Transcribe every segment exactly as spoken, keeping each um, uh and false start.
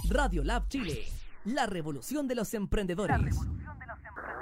Radio Lab Chile, la revolución de los emprendedores. La revolución de los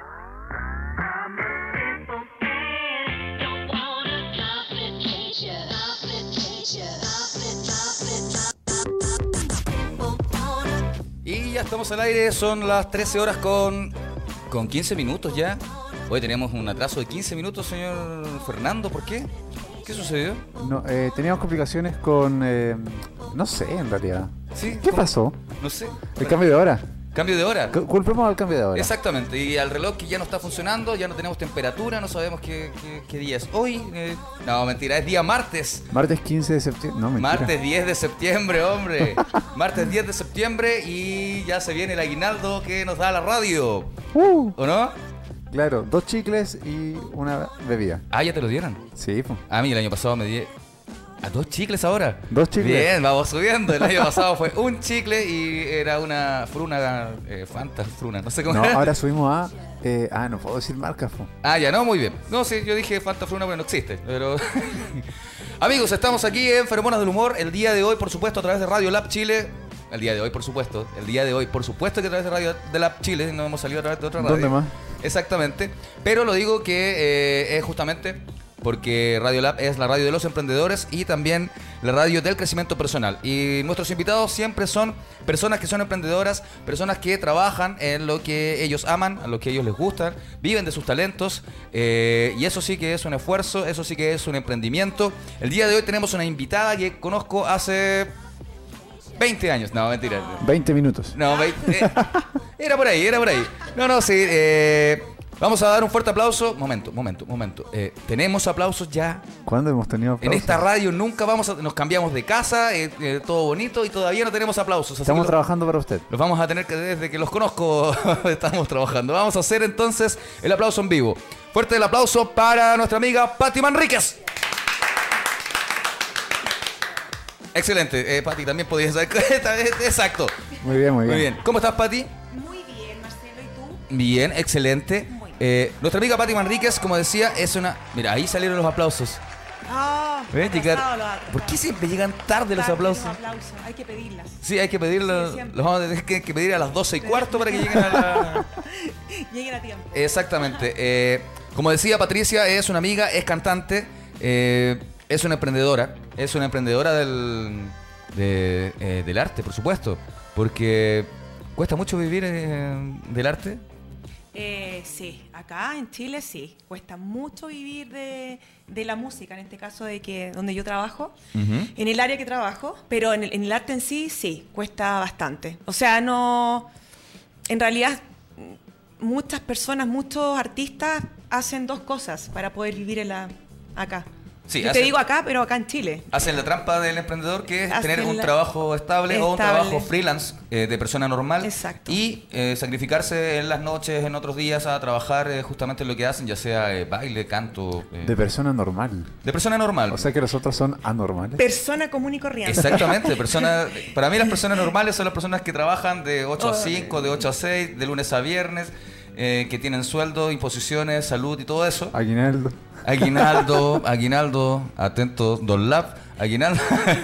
emprendedores. Y ya estamos al aire, son las trece horas con, con quince minutos ya. Hoy tenemos un atraso de quince minutos, señor Fernando, ¿por qué? ¿Qué sucedió? No, eh, teníamos complicaciones con... Eh, no sé, en realidad. ¿Sí? ¿Qué ¿Cómo? pasó? No sé. El Bueno, cambio de hora. ¿Cambio de hora? C- Culpemos al cambio de hora. Exactamente, y al reloj que ya no está funcionando, ya no tenemos temperatura, no sabemos qué, qué, qué día es hoy. Eh, no, mentira, es día martes. Martes quince de septiembre. No, mentira. Martes diez de septiembre, hombre. Martes diez de septiembre y ya se viene el aguinaldo que nos da la radio. Uh, ¿O no? claro, dos chicles y una bebida. Ah, ya te lo dieron. Sí, pues. A mí el año pasado me di... ¿A dos chicles ahora? Dos chicles. Bien, vamos subiendo. El año pasado fue un chicle y era una fruna, eh, Fanta, fruna, no sé cómo No, era. ahora subimos a... Eh, ah, no puedo decir marcas, po. Ah, ya, no, muy bien. No, sí, yo dije Fanta fruna, pero no existe. Pero... Amigos, estamos aquí en Feromonas del Humor. El día de hoy, por supuesto, a través de Radio Lab Chile. El día de hoy, por supuesto. El día de hoy, por supuesto que a través de Radio de Lab Chile. No hemos salido a través de otra radio. ¿Dónde más? Exactamente. Pero lo digo que eh, es justamente porque Radio Lab es la radio de los emprendedores y también la radio del crecimiento personal. Y nuestros invitados siempre son personas que son emprendedoras, personas que trabajan en lo que ellos aman, en lo que ellos les gusta, viven de sus talentos. Eh, y eso sí que es un esfuerzo, eso sí que es un emprendimiento. El día de hoy tenemos una invitada que conozco hace veinte años. No, mentira. veinte minutos. No, veinte, eh, era por ahí, era por ahí. No, no, sí. Eh, vamos a dar un fuerte aplauso. Momento, momento, momento. Eh, tenemos aplausos ya. ¿Cuándo hemos tenido En aplausos? esta radio nunca vamos a... Nos cambiamos de casa, eh, eh, todo bonito y todavía no tenemos aplausos. Así Estamos que lo- trabajando para usted. los vamos a tener que desde que los conozco estamos trabajando. Vamos a hacer entonces el aplauso en vivo. Fuerte el aplauso para nuestra amiga Pati Manríquez. Excelente. Eh, Pati, también podías saber. Exacto. Muy bien, muy bien. Muy bien. ¿Cómo estás, Pati? Muy bien, Marcelo, ¿y tú? Bien, excelente. Muy bien. Eh, nuestra amiga Pati Manríquez, como decía, es una... Mira, ahí salieron los aplausos. Ah, ¿Ves? Llegar- atrasado, los atrasados. ¿Por qué siempre llegan tarde los Tarde aplausos? Los aplausos, hay que pedirlas. Sí, hay que pedirlos. Sí, siempre. los vamos a tener que, que pedir a las doce y cuarto para que lleguen a la... Lleguen a tiempo. Exactamente. Eh, como decía Patricia, es una amiga, es cantante, eh, es una emprendedora. Es una emprendedora del, de, eh, del arte, por supuesto. Porque cuesta mucho vivir eh, del arte. Eh, sí, acá en Chile sí, cuesta mucho vivir de, de la música, en este caso de que donde yo trabajo, Ujú. en el área que trabajo, pero en el, en el arte en sí, sí, cuesta bastante. O sea, no, en realidad muchas personas, muchos artistas hacen dos cosas para poder vivir en la, acá. Sí, yo hacen- te digo acá, pero acá en Chile. Hacen la trampa del emprendedor, que es Hacen tener un la- trabajo estable, o un estable. trabajo freelance eh, de persona normal. Exacto. Y eh, sacrificarse en las noches, en otros días, a trabajar eh, justamente en lo que hacen, ya sea eh, baile, canto. eh, De persona normal. de persona normal. O sea que los otros son anormales. Persona común y corriente. Exactamente, persona, para mí las personas normales son las personas que trabajan de ocho a Oh. cinco, de ocho a seis, de lunes a viernes, eh, que tienen sueldo, imposiciones, salud y todo eso. Aguinaldo. Aguinaldo, Aguinaldo, atento, Don Lab, Aguinaldo.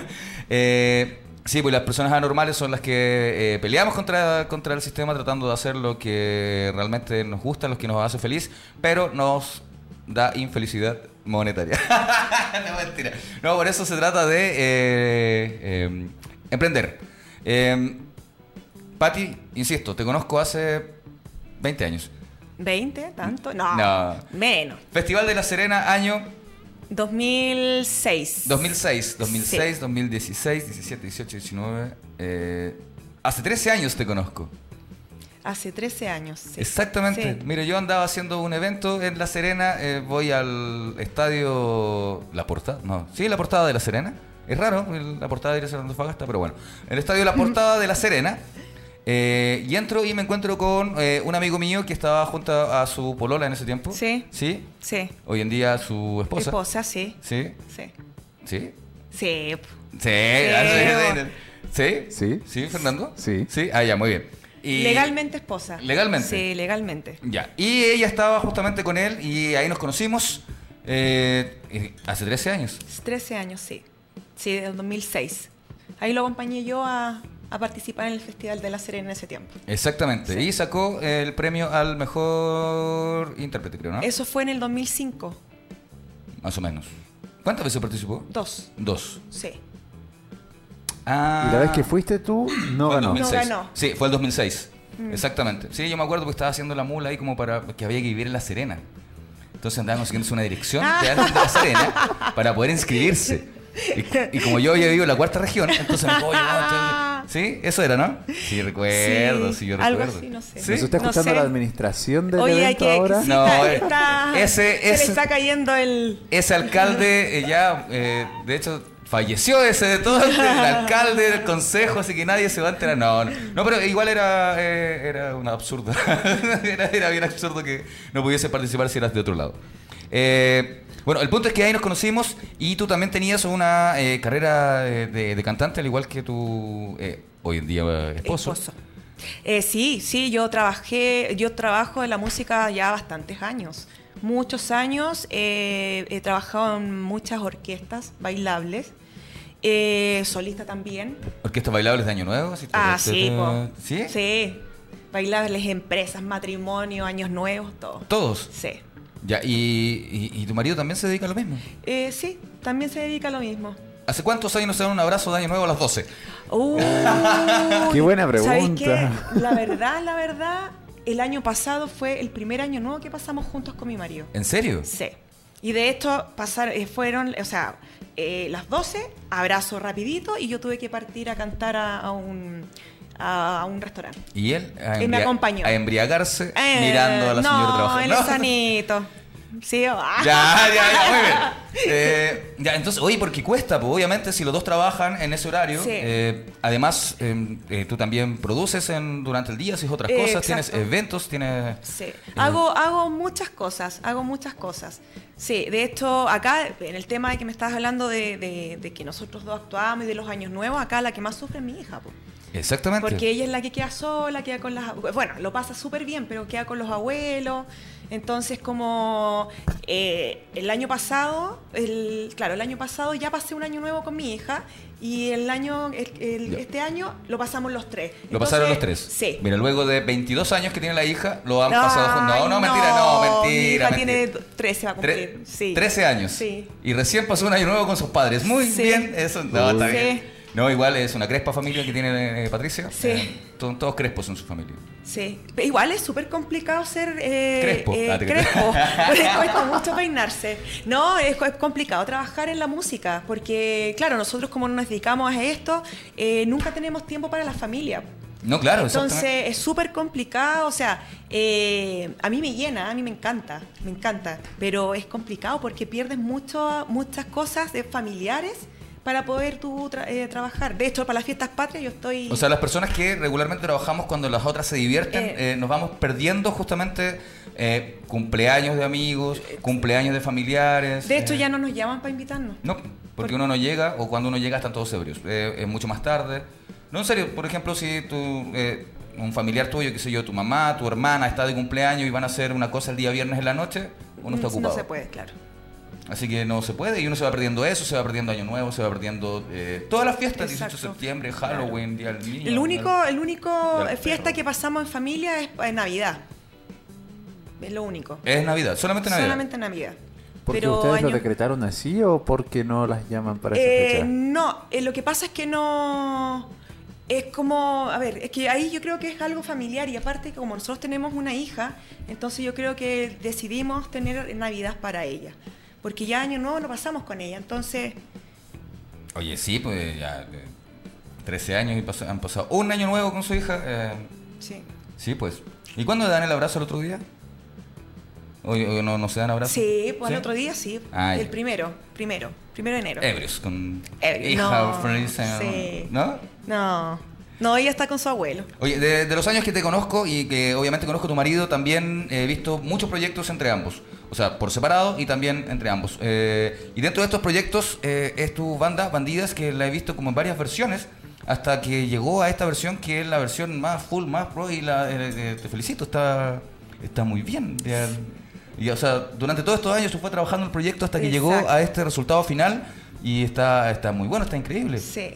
eh, sí, pues las personas anormales son las que eh, peleamos contra, contra el sistema tratando de hacer lo que realmente nos gusta, lo que nos hace feliz, pero nos da infelicidad monetaria. No, mentira. No, por eso se trata de eh, eh, emprender. Eh, Pati, insisto, te conozco hace veinte años. ¿veinte? ¿Tanto? No, No. menos. Festival de La Serena, año dos mil seis. dos mil seis, dos mil seis, Sí. dos mil dieciséis, diecisiete, dieciocho, diecinueve. Eh, hace trece años te conozco. Hace trece años. Sí. Exactamente. Sí. Mire, yo andaba haciendo un evento en La Serena. eh, voy al estadio. ¿La Portada? No. Sí, la Portada de La Serena. Es raro, el- la Portada de Antofagasta, pero bueno. El estadio La Portada de La Serena. Eh, y entro y me encuentro con eh, un amigo mío que estaba junto a su polola en ese tiempo. Sí. Sí. Sí. Hoy en día su esposa. Esposa, sí. Sí. Sí. Sí. Sí. Sí, ah, sí, sí, sí. Sí. ¿Sí, Fernando? Sí. Sí, ah, ya, muy bien. Y- Legalmente esposa. ¿Legalmente? Sí, legalmente. Ya, y ella estaba justamente con él y ahí nos conocimos eh, y hace trece años. trece años, sí. Sí, desde el dos mil seis. Ahí lo acompañé yo a, a participar en el Festival de La Serena en ese tiempo. Exactamente. Sí. Y sacó el premio al mejor intérprete, creo, ¿no? Eso fue en el dos mil cinco. Más o menos. ¿Cuántas veces participó? Dos. Dos. Sí. Ah. Y la vez que fuiste tú, no Fue el ganó. dos mil seis. No ganó. Sí, fue el dos mil seis. Mm. Exactamente. Sí, yo me acuerdo porque estaba haciendo la mula ahí como para que había que vivir en La Serena. Entonces andaban consiguiéndose una dirección de alguien de La Serena para poder inscribirse. Y, y como yo había vivido en la cuarta región, entonces me dijo, oye, no, entonces... ¿Sí? Eso era, ¿no? Sí, recuerdo, sí, sí yo algo recuerdo. así, no sé. ¿Sí? ¿Nos está No escuchando sé. la administración del Oye, evento que, ahora? que sí, No, está, eh, está- ese- se ese- le está cayendo el... Ese alcalde eh, ya, eh, de hecho, falleció ese de todo, el alcalde del consejo, así que nadie se va a enterar. No, no, no pero igual era, eh, era un absurdo. era, era bien absurdo que no pudiese participar si eras de otro lado. Eh, bueno, el punto es que ahí nos conocimos y tú también tenías una eh, carrera eh, de, de cantante, al igual que tu eh, hoy en día eh, esposo. Esposo. Eh, sí, sí, yo trabajé, yo trabajo en la música ya bastantes años, muchos años. Eh, he trabajado en muchas orquestas bailables, eh, solista también. Orquestas bailables de Año Nuevo. ¿Sí? Ah, sí, po. ¿Sí? Sí, bailables, empresas, matrimonio, años nuevos, todo. Todos. Sí. Ya, y, y, ¿y tu marido también se dedica a lo mismo? Eh, sí, también se dedica a lo mismo. ¿Hace cuántos años se dan un abrazo de Año Nuevo a las doce? Uy, Qué buena ¿sabéis pregunta. qué? La verdad, la verdad, el año pasado fue el primer año nuevo que pasamos juntos con mi marido. ¿En serio? Sí. Y de esto pasar, eh, fueron, o sea, eh, las doce, abrazo rapidito y yo tuve que partir a cantar a, a un a, a un restaurante. Y él a, Él me embria- acompañó. a embriagarse Eh, mirando a la no, señora trabajar. él ¿No? es sanito. Sí, ah. Ya, ya, ya, muy bien. Eh, ya, entonces, oye, porque cuesta, pues obviamente si los dos trabajan en ese horario, Sí. eh, además eh, eh, tú también produces en, durante el día, haces otras Eh, cosas, tienes exacto. eventos, tienes... Sí, Eh, hago, hago muchas cosas, hago muchas cosas. Sí, de hecho, acá, en el tema de que me estabas hablando de, de- de que nosotros dos actuamos y de los años nuevos, acá la que más sufre es mi hija, po. Exactamente. Porque ella es la que queda sola, queda con las... Bueno, lo pasa súper bien, pero queda con los abuelos. Entonces, como eh, el año pasado, el, claro, el año pasado ya pasé un año nuevo con mi hija y el año, el- el- Ya. este año lo pasamos los tres. Lo Entonces, pasaron los tres. Sí. Mira, luego de veintidós años que tiene la hija, lo han Ay, pasado juntos. No, no, mentira, no, mentira. Mi hija mentira. tiene trece, va a Tre- cumplir. Sí. trece años. Sí. Y recién pasó un año nuevo con sus padres. Muy Sí. bien, eso. No, está Sí. bien. No, igual es una crespa familia que tiene eh, Patricia. Sí. Eh, son todos crespos en su familia. Sí, pero igual es súper complicado ser eh, Crespo. eh, Ah, te crespo. Porque cuesta mucho peinarse. No, es, es complicado trabajar en la música, porque claro, nosotros como nos dedicamos a esto, eh, nunca tenemos tiempo para la familia. No, claro, Entonces exactamente. es súper complicado, o sea, eh, a mí me llena, a mí me encanta, me encanta, pero es complicado porque pierdes mucho, muchas cosas de familiares para poder tú tra- eh, trabajar. De hecho, para las fiestas patrias yo estoy... O sea, las personas que regularmente trabajamos cuando las otras se divierten, Eh. eh, nos vamos perdiendo justamente eh, cumpleaños de amigos, cumpleaños de familiares. de hecho, eh, ya no nos llaman para invitarnos. No, porque Por- uno no llega, o cuando uno llega están todos ebrios. Eh, es mucho más tarde. No, en serio, por ejemplo, si tú, eh, un familiar tuyo, qué sé yo, tu mamá, tu hermana está de cumpleaños y van a hacer una cosa el día viernes en la noche, uno está Mm, ocupado. No se puede, claro. Así que no se puede y uno se va perdiendo eso, se va perdiendo Año Nuevo, se va perdiendo eh, todas las fiestas, dieciocho de Exacto. septiembre, Halloween, Día del Niño. El único, el único Del fiesta perro. que pasamos en familia es en Navidad. Es lo único. Es Navidad, solamente Navidad. Solamente Navidad. ¿Porque Pero ustedes lo año- decretaron así o porque no las llaman para esa Eh, fecha? no, eh, lo que pasa es que no... Es como, a ver, es que ahí yo creo que es algo familiar y aparte como nosotros tenemos una hija, entonces yo creo que decidimos tener Navidad para ella. Porque ya año nuevo lo pasamos con ella, entonces... Oye, sí, pues ya eh, trece años y pas- han pasado un año nuevo con su hija. eh, Sí. sí, pues. ¿Y cuándo le dan el abrazo el otro día? ¿O, o no, no se dan abrazo? Sí, pues el otro día sí. Ah, el ya. primero, primero, primero de enero. Ebrios, con Ebrios, hija no, o feliz, eh, sí. ¿no? No, no, ella está con su abuelo. Oye, de, de los años que te conozco y que obviamente conozco a tu marido, también he visto muchos proyectos entre ambos. O sea, por separado y también entre ambos. Eh, y dentro de estos proyectos eh, es tu banda, Bandidas, que la he visto como en varias versiones, hasta que llegó a esta versión que es la versión más full, más pro, y la, eh, eh, te felicito, está, está muy bien. Ya- y, o sea, durante todos estos años tú fue trabajando el proyecto hasta que llegó Exacto. a este resultado final y está, está muy bueno, está increíble. Sí.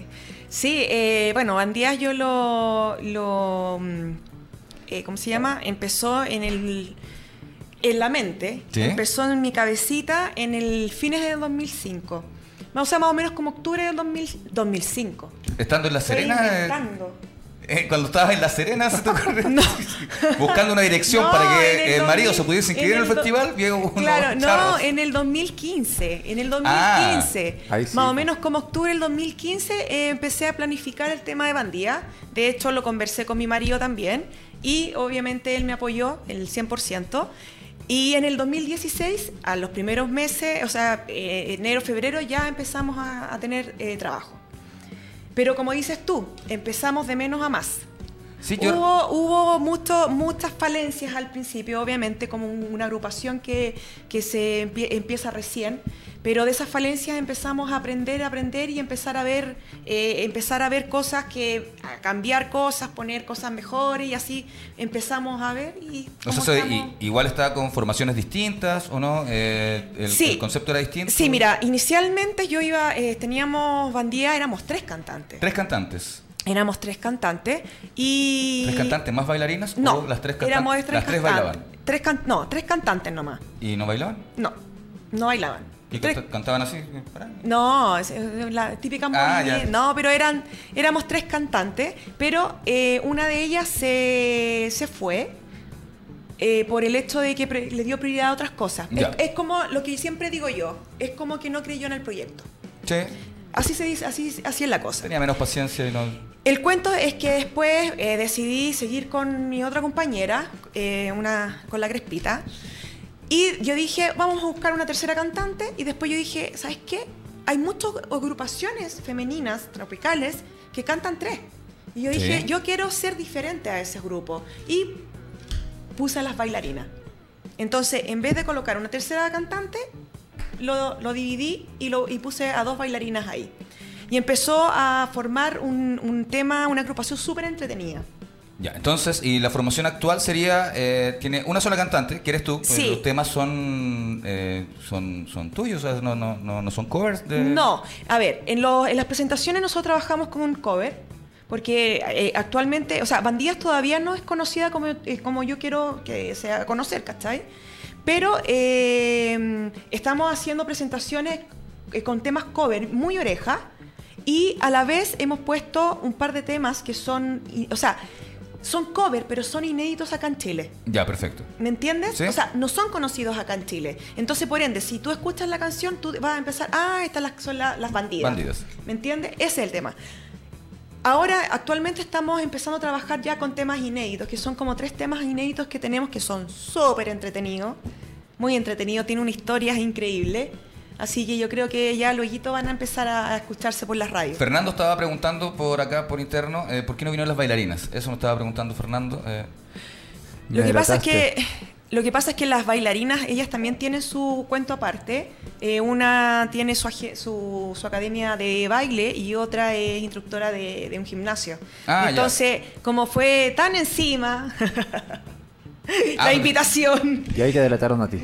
Sí, eh, bueno, Bandías yo lo, lo mm, eh, ¿cómo se llama? Empezó en el en la mente, ¿Sí? empezó en mi cabecita en el fines del dos mil cinco. O sea, más o menos como octubre del dos mil, dos mil cinco. Estando en La Estoy Serena, eh, inventando. eh, cuando estabas en La Serena, ¿se te ocurre? No. Buscando una dirección No, para en que el el marido dos mil se pudiese inscribir en el, en el do- festival. Llegó unos Claro, no, charros. en el dos mil quince, en el dos mil quince, Ah, ahí sí, más o pues. menos como octubre del dos mil quince, eh, empecé a planificar el tema de Bandía. De hecho, lo conversé con mi marido también y obviamente él me apoyó el cien por ciento. Y en el dos mil dieciséis, a los primeros meses, o sea, eh, enero, febrero, ya empezamos a, a tener eh, trabajo. Pero como dices tú, empezamos de menos a más. Sí, yo- Hubo, hubo mucho, muchas falencias al principio, obviamente, como un- una agrupación que, que se empie- empieza recién, pero de esas falencias empezamos a aprender, a aprender y empezar a ver, eh, empezar a ver cosas que, a cambiar cosas, poner cosas mejores y así empezamos a ver y O sea, cómo eso, estamos. i- igual está con formaciones distintas, ¿o no? Eh, el, Sí. el concepto era distinto. Sí, mira, inicialmente yo iba, eh, teníamos Bandía, éramos tres cantantes. Tres cantantes. Éramos tres cantantes y... ¿Tres cantantes más bailarinas? No, ¿O las tres cantantes? éramos tres las tres cantantes. bailaban. Tres can- no, tres cantantes nomás. ¿Y no bailaban? No, no bailaban. ¿Y Tres- canta- cantaban así? Para- No, es- es la típica Ah, movimiento. ya. No, pero eran, éramos tres cantantes, pero eh, una de ellas se, se fue eh, por el hecho de que pre- le dio prioridad a otras cosas. Es, Ya. es como lo que siempre digo yo, es como que no creyó en el proyecto. Sí. Así se dice, así, así es la cosa. Tenía menos paciencia y no... El cuento es que después eh, decidí seguir con mi otra compañera, eh, una, con la Crespita, y yo dije, vamos a buscar una tercera cantante, y después yo dije, ¿sabes qué? Hay muchas agrupaciones femeninas, tropicales, que cantan tres. Y yo Sí. dije, yo quiero ser diferente a ese grupo. Y puse a las bailarinas. Entonces, en vez de colocar una tercera cantante, lo, lo dividí y, lo, y puse a dos bailarinas ahí. Y empezó a formar un, un tema, una agrupación súper entretenida. Ya, entonces, y la formación actual sería, eh, tiene una sola cantante, que eres tú. pues Sí. Los temas son, eh, son, son tuyos, o sea, no, no, no, no son covers de... No, a ver, en, los- en las presentaciones nosotros trabajamos con un cover, porque eh, actualmente, o sea, Bandías todavía no es conocida como, eh, como yo quiero que sea conocer, ¿cachai? Pero eh, estamos haciendo presentaciones eh, con temas cover muy oreja y a la vez hemos puesto un par de temas que son, y- o sea, son cover, pero son inéditos acá en Chile. Ya, perfecto. ¿Me entiendes? Sí. O sea, no son conocidos acá en Chile. Entonces, por ende, si tú escuchas la canción, tú vas a empezar, ah, estas las- son la- las bandidas. Bandidas. ¿Me entiendes? Ese es el tema. Ahora, actualmente estamos empezando a trabajar ya con temas inéditos, que son como tres temas inéditos que tenemos que son súper entretenidos, muy entretenidos, tienen una historia increíble. Así que yo creo que ya luego van a empezar a, a escucharse por las radios. Fernando estaba preguntando por acá, por interno, eh, ¿por qué no vinieron las bailarinas? Eso me estaba preguntando Fernando. eh. Lo Me que pasa es delataste. que lo que pasa es que las bailarinas, ellas también tienen su cuento aparte. Eh, una tiene su, aje- su, su academia de baile y otra es instructora de, de un gimnasio. Ah, ya. Entonces, como fue tan encima la Ah, invitación. Y ahí te delataron a ti.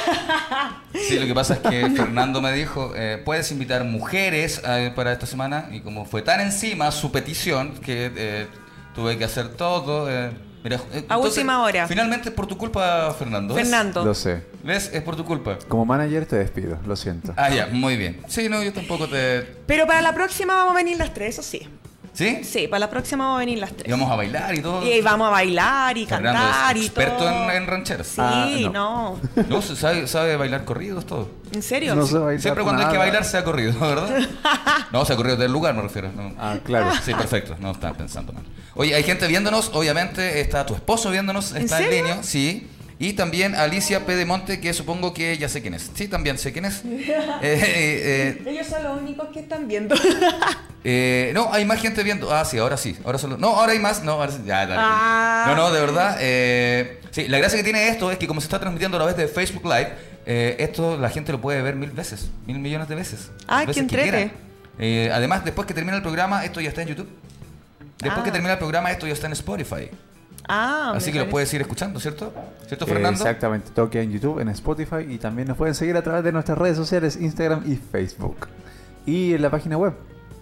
Sí, lo que pasa es que Fernando me dijo, eh, puedes invitar mujeres eh, para esta semana, y como fue tan encima su petición que eh, tuve que hacer todo. eh, mira, eh, A última hora. Finalmente es por tu culpa, Fernando. ¿ves? Fernando. Lo sé. ¿Ves? Es por tu culpa. Como manager te despido, lo siento. Ah, ya, muy bien. Sí, no, yo tampoco te... Pero para la próxima vamos a venir las tres, eso sí. ¿Sí? Sí, para la próxima vamos a venir las tres. Y vamos a bailar y todo. Y vamos a bailar y Fernando cantar es y experto todo. en, en rancheras. Sí, Ah, no. No, se sabe, sabe bailar corridos, todo. ¿En serio? No sé bailar Siempre cuando hay que nada. bailar se ha corrido, ¿verdad? No, se ha corrido del lugar, me refiero. No. Ah, claro. Sí, perfecto, no estaba pensando mal. Oye, hay gente viéndonos, obviamente está tu esposo viéndonos, ¿En está en, serio? línea, sí. Y también Alicia Pedemonte, que supongo que ya sé quién es. Sí, también sé quién es. Eh, eh, eh, Ellos son los únicos que están viendo. eh, no, hay más gente viendo. Ah, sí, ahora sí. Ahora solo. No, ahora hay más. No, ahora sí. Ya, dale. Ah. No, no, de verdad. eh, sí, la gracia que tiene esto es que como se está transmitiendo a través de Facebook Live, eh, esto la gente lo puede ver mil veces, mil millones de veces. Ay, Las qué veces que entrete. quiera. Eh, además, después que termina el programa, esto ya está en YouTube. Después Ah. que termina el programa, esto ya está en Spotify. Ah, me Así que lo parece. puedes ir escuchando, ¿cierto? ¿Cierto, Eh, Fernando? Exactamente, todo queda en YouTube, en Spotify y también nos pueden seguir a través de nuestras redes sociales, Instagram y Facebook. Y en la página web.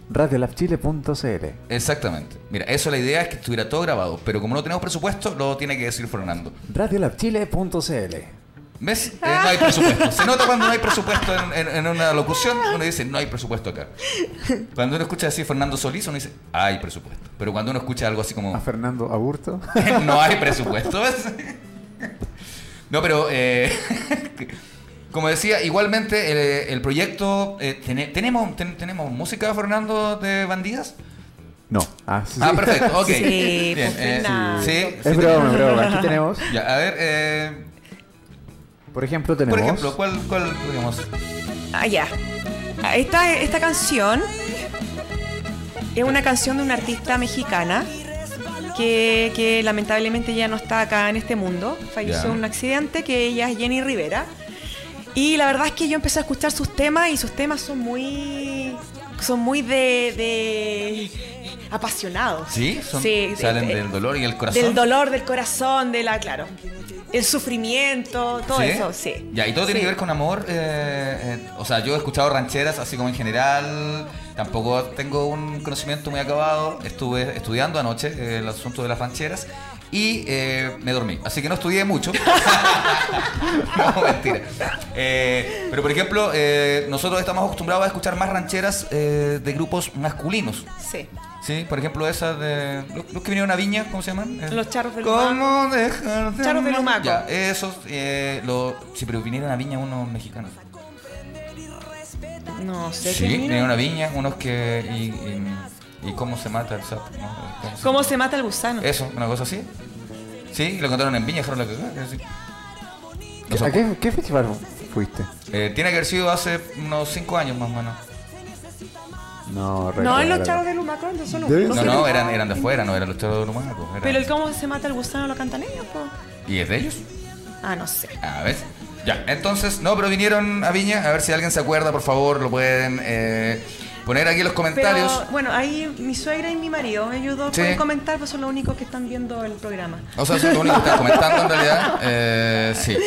radiolab chile punto c l. Exactamente. Mira, eso la idea es que estuviera todo grabado, pero como no tenemos presupuesto, lo tiene que decir Fernando. radiolab chile punto c l. ¿Ves? Eh, no hay presupuesto. Se nota cuando no hay presupuesto en, en, en una locución, uno dice, no hay presupuesto acá. Cuando uno escucha así Fernando Solís, uno dice, hay presupuesto. Pero cuando uno escucha algo así como... A Fernando Aburto. no hay presupuesto, ¿ves? No, pero... Eh, como decía, igualmente el, el proyecto... Eh, ten, ¿tenemos, ten, ¿Tenemos música, Fernando, de bandidas? No. Ah, sí. Ah, perfecto, ok. Sí, Bien, pues, eh, Fernando. sí, Es sí, broma, es broma. Aquí tenemos, ya, a ver, eh, por ejemplo, tenemos... por ejemplo, ¿cuál, cuál podríamos...? Ah, ya. Ah, Esta, esta canción es una canción de una artista mexicana que, que lamentablemente ya no está acá en este mundo. Falleció Ya. en un accidente, que ella es Jenny Rivera. Y la verdad es que yo empecé a escuchar sus temas y sus temas son muy... Son muy de... de apasionados. ¿Sí? Son, Sí, salen de- del dolor y el corazón. Del dolor, del corazón, de la... Claro. El sufrimiento, todo ¿Sí? eso, sí. Ya, y todo tiene Sí. que ver con amor. eh, eh, o sea, yo he escuchado rancheras así como en general. Tampoco tengo un conocimiento muy acabado. Estuve estudiando anoche eh, el asunto de las rancheras y eh, me dormí. Así que no estudié mucho. No, mentira. Eh, pero por ejemplo, eh, nosotros estamos acostumbrados a escuchar más rancheras eh, de grupos masculinos. Sí. Sí, por ejemplo, esas de. Los, los que vinieron a Viña, ¿cómo se llaman? Eh, Los charros del ¿Cómo dejar de Charros del amar? Humaco. Ya, esos. Eh, los, sí, pero vinieron a Viña unos mexicanos. No sé. Sí, qué vinieron a Viña unos que. Y, y, y cómo se mata el sapo, ¿no? ¿Cómo se- ¿Cómo se mata el gusano? Eso, una cosa así. Sí, lo contaron en Viña, fueron la cagada. así. No sé. ¿A qué, qué festival fuiste? Eh, tiene que haber sido hace unos cinco años más o menos. No, No, en los recuerdo. charros del Humaco, no son los Debe únicos No, que no, no- eran, eran de afuera, no eran los charros de Humaco. eran- Pero el cómo se mata el gusano lo cantan ellos, po. ¿Y es de ellos? Ah, no sé. A ver. Ya, entonces, no, pero vinieron a Viña, a ver si alguien se acuerda, por favor, lo pueden eh, poner aquí en los comentarios. Pero bueno, ahí mi suegra y mi marido, ellos dos Sí. pueden comentar, pues son los únicos que están viendo el programa. O sea, son los únicos que están comentando en realidad. Eh, sí.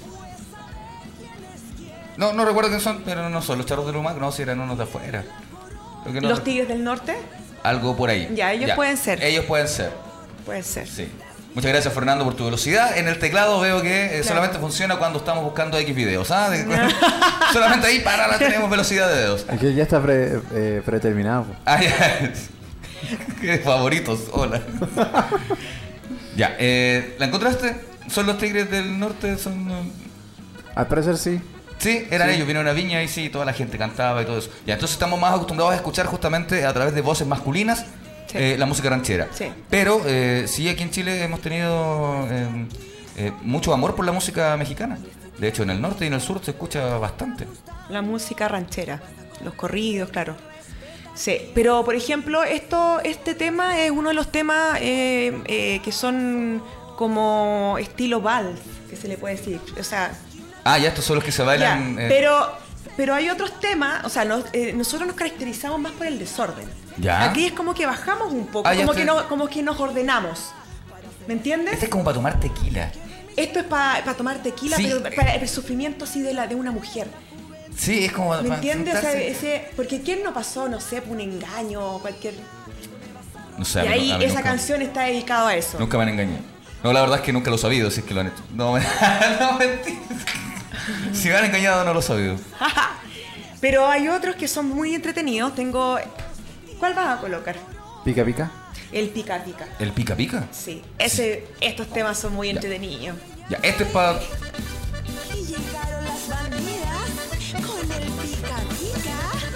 No, no recuerdo quién son, pero no son los charros de Lumac, no, si eran unos de afuera. Creo que no- ¿Los Tigres del Norte? Algo por ahí. Ya, ellos pueden ser. Ellos pueden ser, Puede ser. sí. Muchas gracias, Fernando, por tu velocidad. En el teclado veo que eh, Claro. solamente funciona cuando estamos buscando X videos. ¿Ah? De- solamente ahí para la tenemos velocidad de dedos. Es que ya está pre- eh, predeterminado. po. Ah, ya. Qué favoritos, hola. Ya, eh, ¿la encontraste? ¿Son los Tigres del Norte? Son... eh, Al parecer sí. Sí, eran Sí. ellos, vinieron a Viña y sí, toda la gente cantaba y todo eso. Ya, entonces estamos más acostumbrados a escuchar justamente a través de voces masculinas Sí. eh, la música ranchera. Sí. Pero eh, sí, aquí en Chile hemos tenido eh, eh, mucho amor por la música mexicana. De hecho, en el norte y en el sur se escucha bastante. La música ranchera, los corridos, claro. Sí, pero por ejemplo, esto, este tema es uno de los temas eh, eh, que son como estilo vals, que se le puede decir. O sea, Ah, ya, estos son los que se bailan. ya, eh, pero, pero hay otros temas, o sea, nos- eh, nosotros nos caracterizamos más por el desorden. Ya. Aquí es como que bajamos un poco, Ah, ya como, estoy- que no, como que nos ordenamos. ¿Me entiendes? Este es como para tomar tequila. Esto es para tomar tequila, Sí. pero para el sufrimiento así de, la, de una mujer. Sí, es como ¿Me para entiendes? O sea, sentarse. ese, porque ¿quién no pasó, no sé, por un engaño o cualquier... No sé, a y mí- ahí a mí esa nunca- canción está dedicada a eso. Nunca me han engañado. No, la verdad es que nunca lo he sabido, si es que lo han hecho. No, me- no mentira. Si me han engañado, no lo he sabido. Pero hay otros que son muy entretenidos. Tengo... ¿Cuál vas a colocar? Pica pica. El pica pica. ¿El pica pica? Sí. Ese, estos temas son muy entretenidos. Ya, este es para. Y llegaron las bandidas con el pica pica.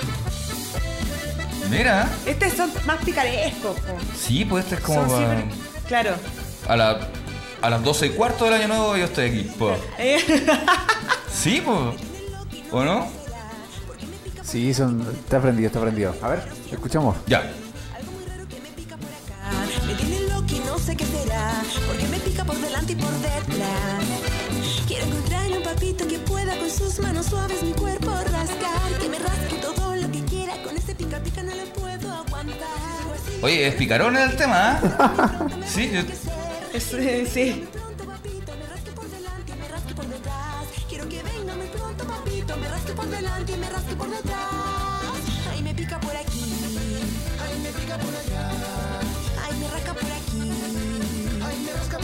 Mira. Estos son más picarescos. po. Sí, pues este es como Son pa- siempre- Claro. a, la, a las doce y cuarto del año nuevo yo estoy aquí. po. Eh, Sí, pues. ¿O no? Sí, son. Está prendido, está prendido. A ver, escuchamos. Ya. Algo muy raro que me pica por acá. Me tiene loco y no sé qué será. Porque me pica por delante y por detrás. Quiero encontrar un papito que pueda con sus manos suaves mi cuerpo rascar. Que me rasque todo lo que quiera. Con este pica pica no le puedo aguantar. Oye, es picarón el tema, ¿ah? Sí, yo- es- eh, sí. Pronto papito, me rasque por delante y me rasque por detrás. Quiero que venga muy pronto papito, me rasque por delante y me rasque por detrás. Ay, me pica por aquí,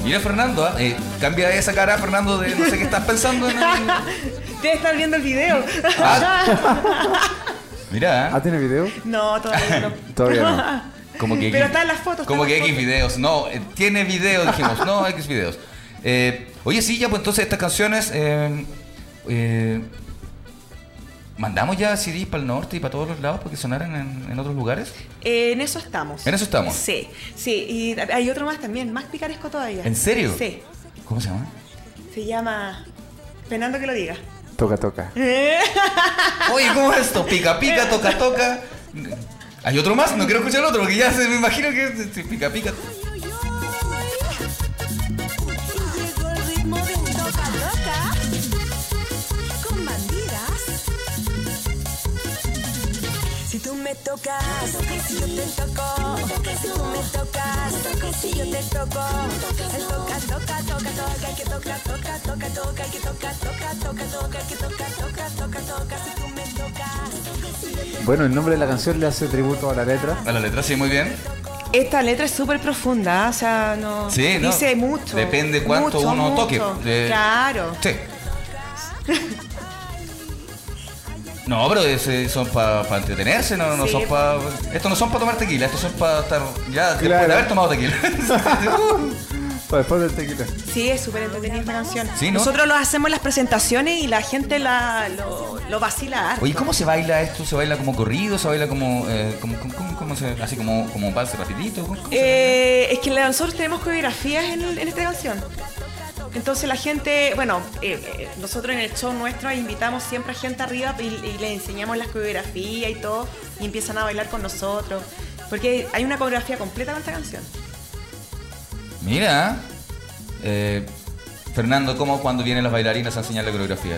Mira, Fernando, ¿ah? eh, cambia esa cara, Fernando, de no sé qué estás pensando. En el... Debe estar viendo el video. Ah. Mira, ¿Ah, tiene video? No, todavía no. Todavía no. como que Pero X- está en las fotos. Como está que en las X fotos. videos. No, eh, tiene video, dijimos. No, X videos. Eh, oye, sí, ya, pues entonces estas canciones. Eh, eh, ¿Mandamos ya C Ds para el norte y para todos los lados porque sonaran en, en otros lugares? Eh, en eso estamos. ¿En eso estamos? Sí, sí. Y hay otro más también, más picaresco todavía. ¿En serio? Sí. ¿Cómo se llama? Se llama... Fernando que lo diga. Toca, toca. Oye, ¿cómo es esto? Pica, pica, toca, toca. ¿Hay otro más? No quiero escuchar el otro porque ya se me imagino que es este, pica, pica. Y llegó el ritmo de toca, toca. Con bandidas. Si tú me tocas, si yo te toco. Si tú me tocas, si yo te toco. El toca, toca, toca, toca. El que toca, toca, toca, toca. El que toca, toca, toca, toca. El que toca, toca, toca, toca. Si tú me tocas. Bueno, el nombre de la canción le hace tributo a la letra. A la letra, sí, muy bien. Esta letra es súper profunda, o sea, no Sí, ¿no? dice mucho. Depende cuánto mucho, uno mucho. toque. De- Claro. Sí. No, pero ese son para pa entretenerse, no, no Sí. son para... Estos no son para tomar tequila, estos son para estar... Ya, después Claro. de haber tomado tequila. Para después del tequila. Sí, es súper entretenida esta canción. Sí, ¿no? Nosotros lo hacemos en las presentaciones y la gente la, lo, lo vacila harto. Oye, ¿cómo se baila esto? ¿Se baila como corrido? ¿Se baila como... Eh, como, como, como- como se, así como, como un vals rapidito? ¿Cómo- cómo se Eh, es que la- nosotros tenemos coreografías en, el- en esta canción. Entonces la gente, bueno, eh, eh, nosotros en el show nuestro invitamos siempre a gente arriba y, y les enseñamos las coreografías y todo y empiezan a bailar con nosotros. Porque hay una coreografía completa con esta canción. Mira, eh, Fernando, ¿cómo cuando vienen las bailarinas a enseñar la coreografía?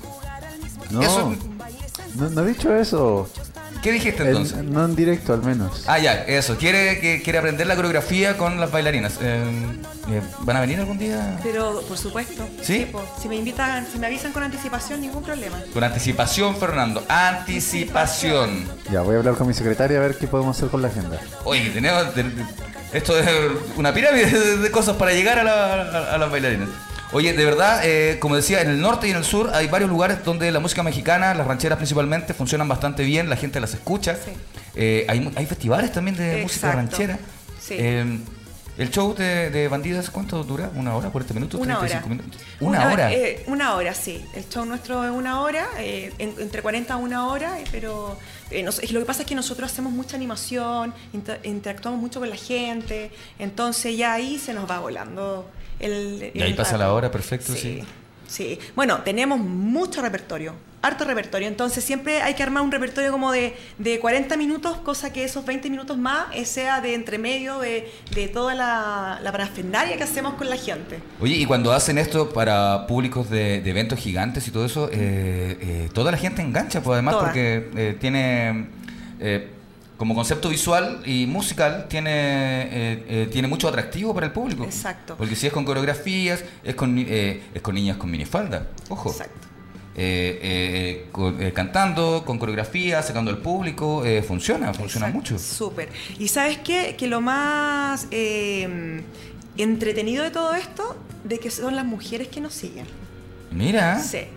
No, Eso- no, no he dicho eso. ¿Qué dijiste En- entonces? no en directo, al menos. Ah, ya, eso. Quiere, que, quiere aprender la coreografía con las bailarinas. Eh, eh, ¿Van a venir algún día? Pero, por supuesto. ¿Sí? po. Si me invitan, si me avisan con anticipación, ningún problema. Con anticipación, Fernando. Anticipación. Ya, voy a hablar con mi secretaria a ver qué podemos hacer con la agenda. Oye, tenemos... te- esto es una pirámide de, de cosas para llegar a, la- a- a las bailarinas. Oye, de verdad, eh, como decía, en el norte y en el sur hay varios lugares donde la música mexicana, las rancheras principalmente, funcionan bastante bien, la gente las escucha. Sí. Eh, hay, mu- hay festivales también de música Exacto. ranchera. Sí. Eh, el show de, de Bandidas, ¿cuánto dura? ¿Una hora? ¿cuarenta minutos? Una ¿treinta y hora. cinco minutos? ¿Una, hora? eh, una hora, sí. El show nuestro es una hora, eh, en- entre cuarenta a una hora, eh, pero eh, nos- es lo que pasa es que nosotros hacemos mucha animación, inter- interactuamos mucho con la gente, entonces ya ahí se nos va volando el... Y ahí el pasa rato. la hora, perfecto, sí. Sí. Bueno, tenemos mucho repertorio, harto repertorio, entonces siempre hay que armar un repertorio como de, de cuarenta minutos, cosa que esos veinte minutos más eh, sea de entremedio de, de toda la, la parafernalia que hacemos con la gente. Oye, y cuando hacen esto para públicos de, de eventos gigantes y todo eso, eh, eh, toda la gente engancha, pues además Toda. porque eh, tiene, eh, como concepto visual y musical, tiene, eh, eh, tiene mucho atractivo para el público. Exacto. Porque si es con coreografías, es con, ni- eh, es con niñas con minifalda, ojo. Exacto. Eh, eh, con- eh, cantando, con coreografía, sacando al público, eh, funciona, funciona Exacto, mucho. Súper. ¿Y sabes qué? Que lo más eh, entretenido de todo esto, de que son las mujeres que nos siguen. Mira. Sí.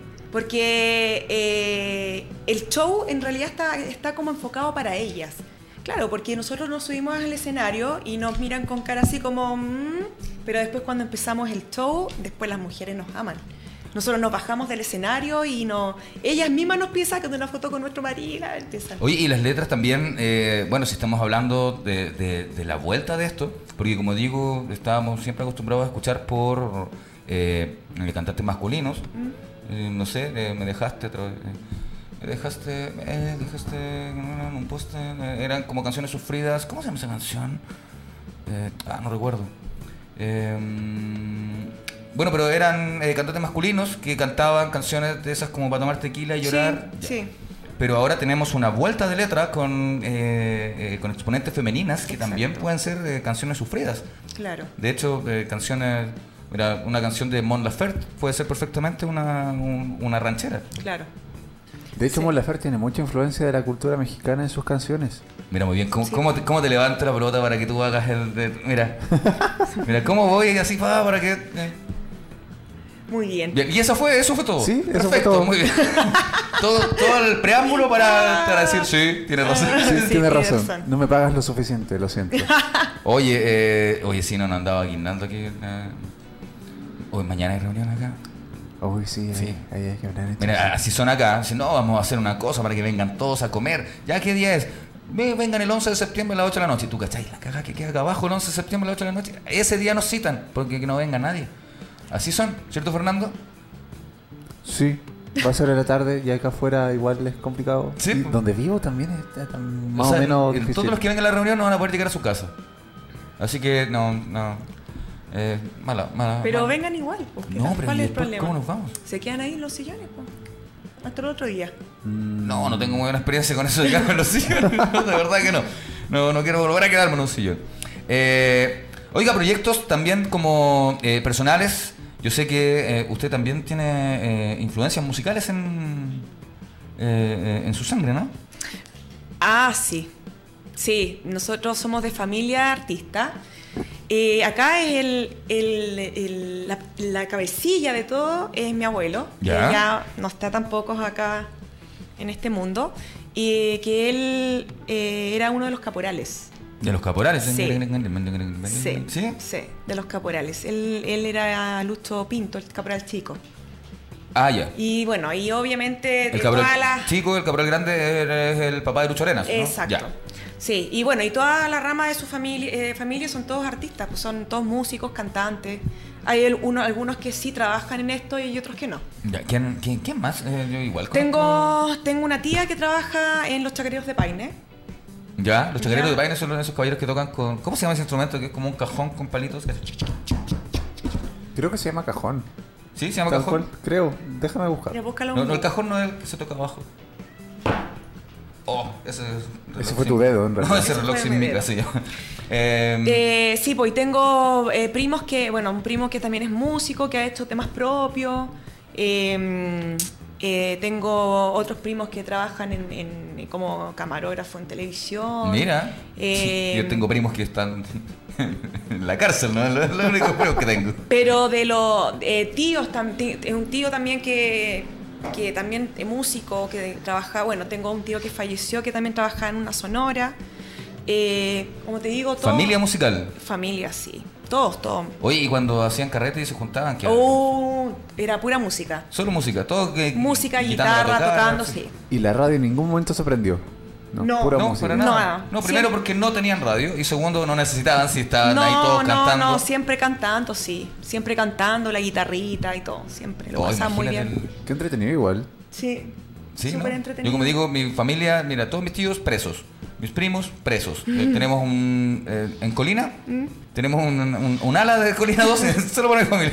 Porque eh, el show en realidad está, está como enfocado para ellas. Claro, porque nosotros nos subimos al escenario y nos miran con cara así como... "Mm", pero después cuando empezamos el show, después las mujeres nos aman. Nosotros nos bajamos del escenario y no, ellas mismas nos piensan que de una foto con nuestro marido, empiezan. Oye, y las letras también, eh, bueno, si estamos hablando de, de- de la vuelta de esto, porque como digo, estábamos siempre acostumbrados a escuchar por eh, cantantes masculinos, eh, no sé, eh, me dejaste otra vez, eh, me dejaste, me dejaste en un poste, eh, eran como canciones sufridas, ¿cómo se llama esa canción? Eh, ah, no recuerdo. Eh, bueno, pero eran eh, cantantes masculinos que cantaban canciones de esas como para tomar tequila y llorar. Sí, sí. Pero ahora tenemos una vuelta de letra con, eh, eh, con exponentes femeninas que Exacto. también pueden ser eh, canciones sufridas. Claro. De hecho, eh, canciones, mira, una canción de Mon Laferte puede ser perfectamente una, un- una ranchera. Claro. De hecho, Sí. Mon Laferte tiene mucha influencia de la cultura mexicana en sus canciones. Mira, muy bien. ¿Cómo, Sí. cómo, te, cómo te levanto la pelota para que tú hagas el... de- mira. Mira, ¿cómo voy así pa, para que... eh. Muy bien. Bien, y eso fue, eso fue todo. Sí, eso Perfecto, fue todo. muy bien. todo, todo el preámbulo para, para decir, sí, tienes razón. Sí, Sí, tienes tiene razón. razón. No me pagas lo suficiente, lo siento. Oye, eh, oye, sí, no, no andaba guindando aquí. Eh. Hoy mañana hay reunión acá. Uy, sí, ahí, Sí. ahí hay que hablar. entonces. Mira, así son acá. Dicen, no, vamos a hacer una cosa para que vengan todos a comer. ¿Ya qué día es? Ve, vengan el once de septiembre a las ocho de la noche. ¿Tú cachai? La caga que queda acá abajo el once de septiembre a las ocho de la noche. Ese día nos citan, porque que no venga nadie. Así son, ¿cierto, Fernando? Sí, va a ser en la tarde y acá afuera igual es complicado. Sí, Y po. donde vivo también está tan más O sea, o menos el- difícil. todos los que vengan a la reunión no van a poder llegar a su casa. Así que, no, no. Eh, mala, mala. Pero mala. vengan igual. pues, ¿qué No, tal? pero ¿Cuál ¿y es el después problema? cómo nos vamos? Se quedan ahí en los sillones, pues. Hasta el otro día. Mm, No, no tengo muy buena experiencia con eso de quedarme en los sillones. No, de verdad que no. No, no quiero volver a quedarme en un sillón. Eh, oiga, proyectos también como eh, personales. Yo sé que eh, usted también tiene eh, influencias musicales en, eh, eh, en su sangre, ¿no? Ah, sí. Sí, nosotros somos de familia artista. Eh, acá es el, el- el- la, la cabecilla de todo es mi abuelo, Ya. que ya no está tampoco acá en este mundo, y que él eh, era uno de los caporales. De los caporales. Sí. Sí, ¿Sí? sí, de los caporales. Él, él era Lucho Pinto, el caporal chico. Ah, ya. Y bueno, y obviamente de El caporal todas las... chico, el caporal grande es el papá de Lucho Arenas, ¿no? Exacto. Ya. Sí, y bueno, y toda la rama de su familia, eh, familia son todos artistas, pues son todos músicos, cantantes. Hay el- uno, algunos que sí trabajan en esto y otros que no. Ya, ¿Quién, quién, quién más? Eh, yo igual conozco- Tengo, tengo una tía que trabaja en los chacareros de Paine. Ya, los chacareros Ya. de Paine son esos caballeros que tocan con... ¿Cómo se llama ese instrumento? Que es como un cajón con palitos. que hace chic, chic, chic, chic. Creo que se llama cajón. ¿Sí? ¿Se llama Tal cajón? cual, creo. Déjame buscar. Ya, búscalo. No, no, el cajón no es el que se toca abajo. Oh, ese es... reloj Ese fue sin- tu dedo, en No, realidad. ese Ese reloj fue sin mi mica dedo. se llama. Eh, Eh, sí, pues y tengo eh, primos que, bueno, un primo que también es músico, que ha hecho temas propios. Eh, eh, tengo otros primos que trabajan en, en- como camarógrafo en televisión. Mira, Eh, yo tengo primos que están en la cárcel, ¿no? Los los únicos primos que tengo. Pero de los eh, tíos, tam- ti- es un tío también que, que también es músico, que trabaja, bueno, tengo un tío que falleció que también trabaja en una sonora. Eh, como te digo, todo... Familia musical. Familia, sí. Todos, todos. Oye, y cuando hacían carrete y se juntaban, ¿qué? Oh, era pura música. Solo música, todo que... Música, quitando la guitarra, tocada, tocando, sí. sí. Y la radio en ningún momento se prendió. No, No. pura No, música. para nada. No, No, primero siempre- porque no tenían radio y segundo no necesitaban si estaban ahí No, todos no, cantando. no, siempre cantando, sí. Siempre cantando, la guitarrita y todo. Siempre. Lo Oh, pasaba muy imagínate bien. el- Qué entretenido igual. Sí. Sí, Súper ¿no? entretenido. Yo como digo, mi familia, mira, todos mis tíos presos, mis primos presos. Eh, tenemos un, eh, en Colina, Mm. tenemos un, un- un ala de Colina doce, solo para mi familia.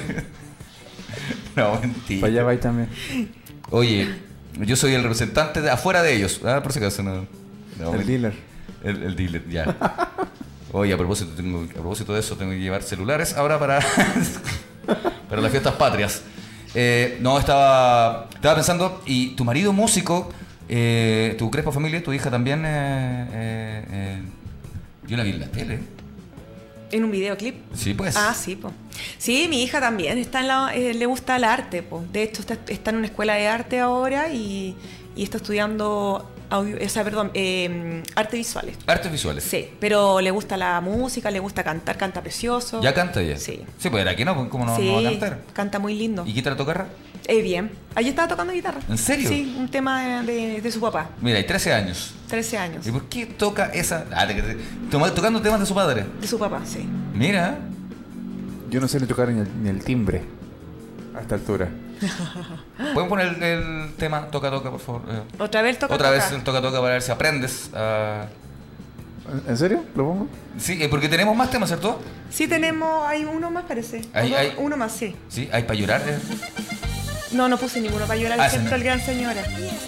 No, mentira. Para allá vais también. Oye, yo soy el representante de afuera de ellos, ah, por si acaso no. no, El me- dealer. El, el dealer, ya. Oye, a propósito, tengo, a propósito de eso, tengo que llevar celulares ahora para, para las fiestas patrias. Eh, no, estaba, estaba pensando, y tu marido músico, eh, tu Crespa familia, tu hija también, eh, eh, eh, yo la vi en la tele. En un videoclip. Sí, pues. Ah, sí, pues. Sí, mi hija también está en la, eh, le gusta el arte, pues. De hecho, está, está en una escuela de arte ahora y, y está estudiando audio, o sea, perdón, eh, artes visuales. Artes visuales. Sí, pero le gusta la música, le gusta cantar, canta precioso. ¿Ya canta ella? Sí. Sí, pues era que no, ¿cómo no, sí, no va a cantar? canta muy lindo. ¿Y guitarra tocarra? Eh, bien. Allí estaba tocando guitarra. ¿En serio? Sí, un tema de, de- de su papá, Mira, hay trece años. trece años. ¿Y por qué toca esa? Ah, te- te- toma- tocando temas de su padre. De su papá, sí. Mira. Yo no sé ni tocar ni el, ni el timbre a esta altura. ¿Pueden poner el, el tema Toca Toca, por favor? Eh, Otra vez toca Otra toca. vez el Toca Toca para ver si aprendes. a- ¿En- ¿En serio? ¿Lo pongo? Sí, eh, porque tenemos más temas, ¿cierto? Sí, tenemos, hay uno más parece. Ahí- O dos- ahí. Uno más, sí. Sí, hay para llorar. eh. No, no puse ninguno para llorar Ah, al ese centro no. del gran señora.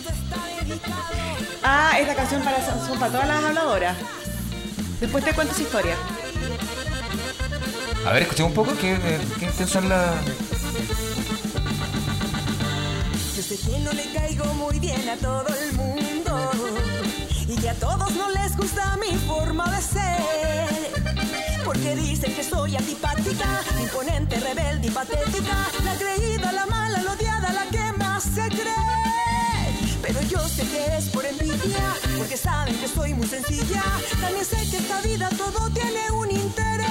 Ah, esta canción para, son para todas las habladoras. Después te cuento esa historia. A ver, escuchemos un poco. ¿Qué, eh, qué, qué son las...? sé que no le caigo muy bien a todo el mundo y que a todos no les gusta mi forma de ser, porque dicen que soy antipática, imponente, rebelde y patética, la creída, la mala, la odiada, la que más se cree. Pero yo sé que es por envidia, porque saben que soy muy sencilla. También sé que esta vida todo tiene un interés.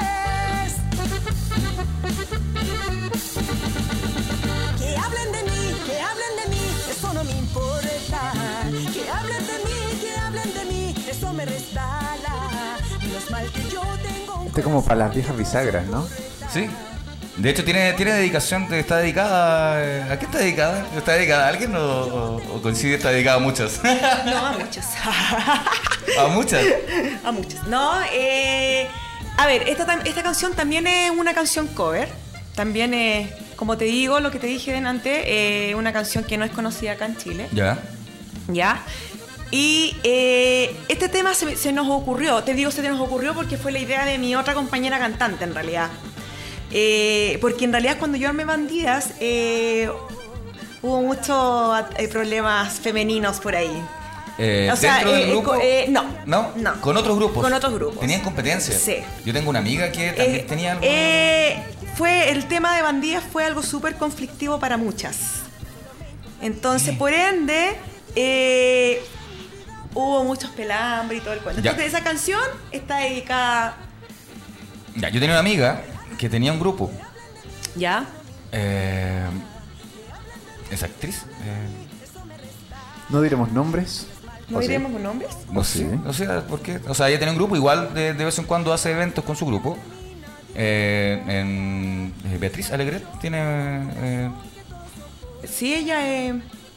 Que hablen de mí, que hablen de mí, eso no me importa. Que hablen de mí, que hablen de mí, eso me resbala. Menos mal que yo tengo un... Este es como para las viejas bisagras, ¿no? Sí. De hecho, tiene, tiene dedicación, está dedicada... eh, ¿A qué está dedicada? ¿Está dedicada a alguien o, o, o coincide está dedicada a muchas? No, a muchas. ¿A muchas? A muchas. No, eh, a ver, esta, tam- esta canción también es una canción cover. También es, como te digo, lo que te dije delante, eh, una canción que no es conocida acá en Chile. Ya. ¿Ya? Y eh, este tema se, se nos ocurrió, te digo se nos ocurrió porque fue la idea de mi otra compañera cantante en realidad. Eh, porque en realidad cuando yo armé Bandidas eh, hubo muchos eh, problemas femeninos por ahí. Eh, O sea, ¿Dentro del eh, grupo? co- eh, no. ¿No? No. ¿Con otros grupos? Con otros grupos. ¿Tenían competencia? Sí. Yo tengo una amiga que también Eh, tenía algo... eh, fue, el tema de Bandidas fue algo súper conflictivo para muchas. Entonces, por ende, eh, hubo muchos pelambres y todo el cuento. Ya. Entonces, esa canción está dedicada... Ya, yo tenía una amiga que tenía un grupo. ¿Ya? Eh, ¿Es actriz? Eh, No diremos nombres. ¿No ¿O sí? diremos nombres? no sé. O sea, ¿por qué? O sea, ella tiene un grupo, igual de, de vez en cuando hace eventos con su grupo. Eh, en, eh, Beatriz Alegret tiene... eh, Sí, ella es...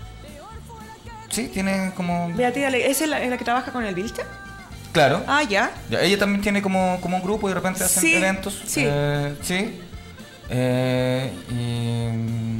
sí, tiene como... Beatriz Ale- ¿es la, la que trabaja con el Vilcha? Claro. Ah, ya. Ya, ella también tiene como, como un grupo y de repente hacen Sí, eventos. sí. Eh, sí. Eh, y,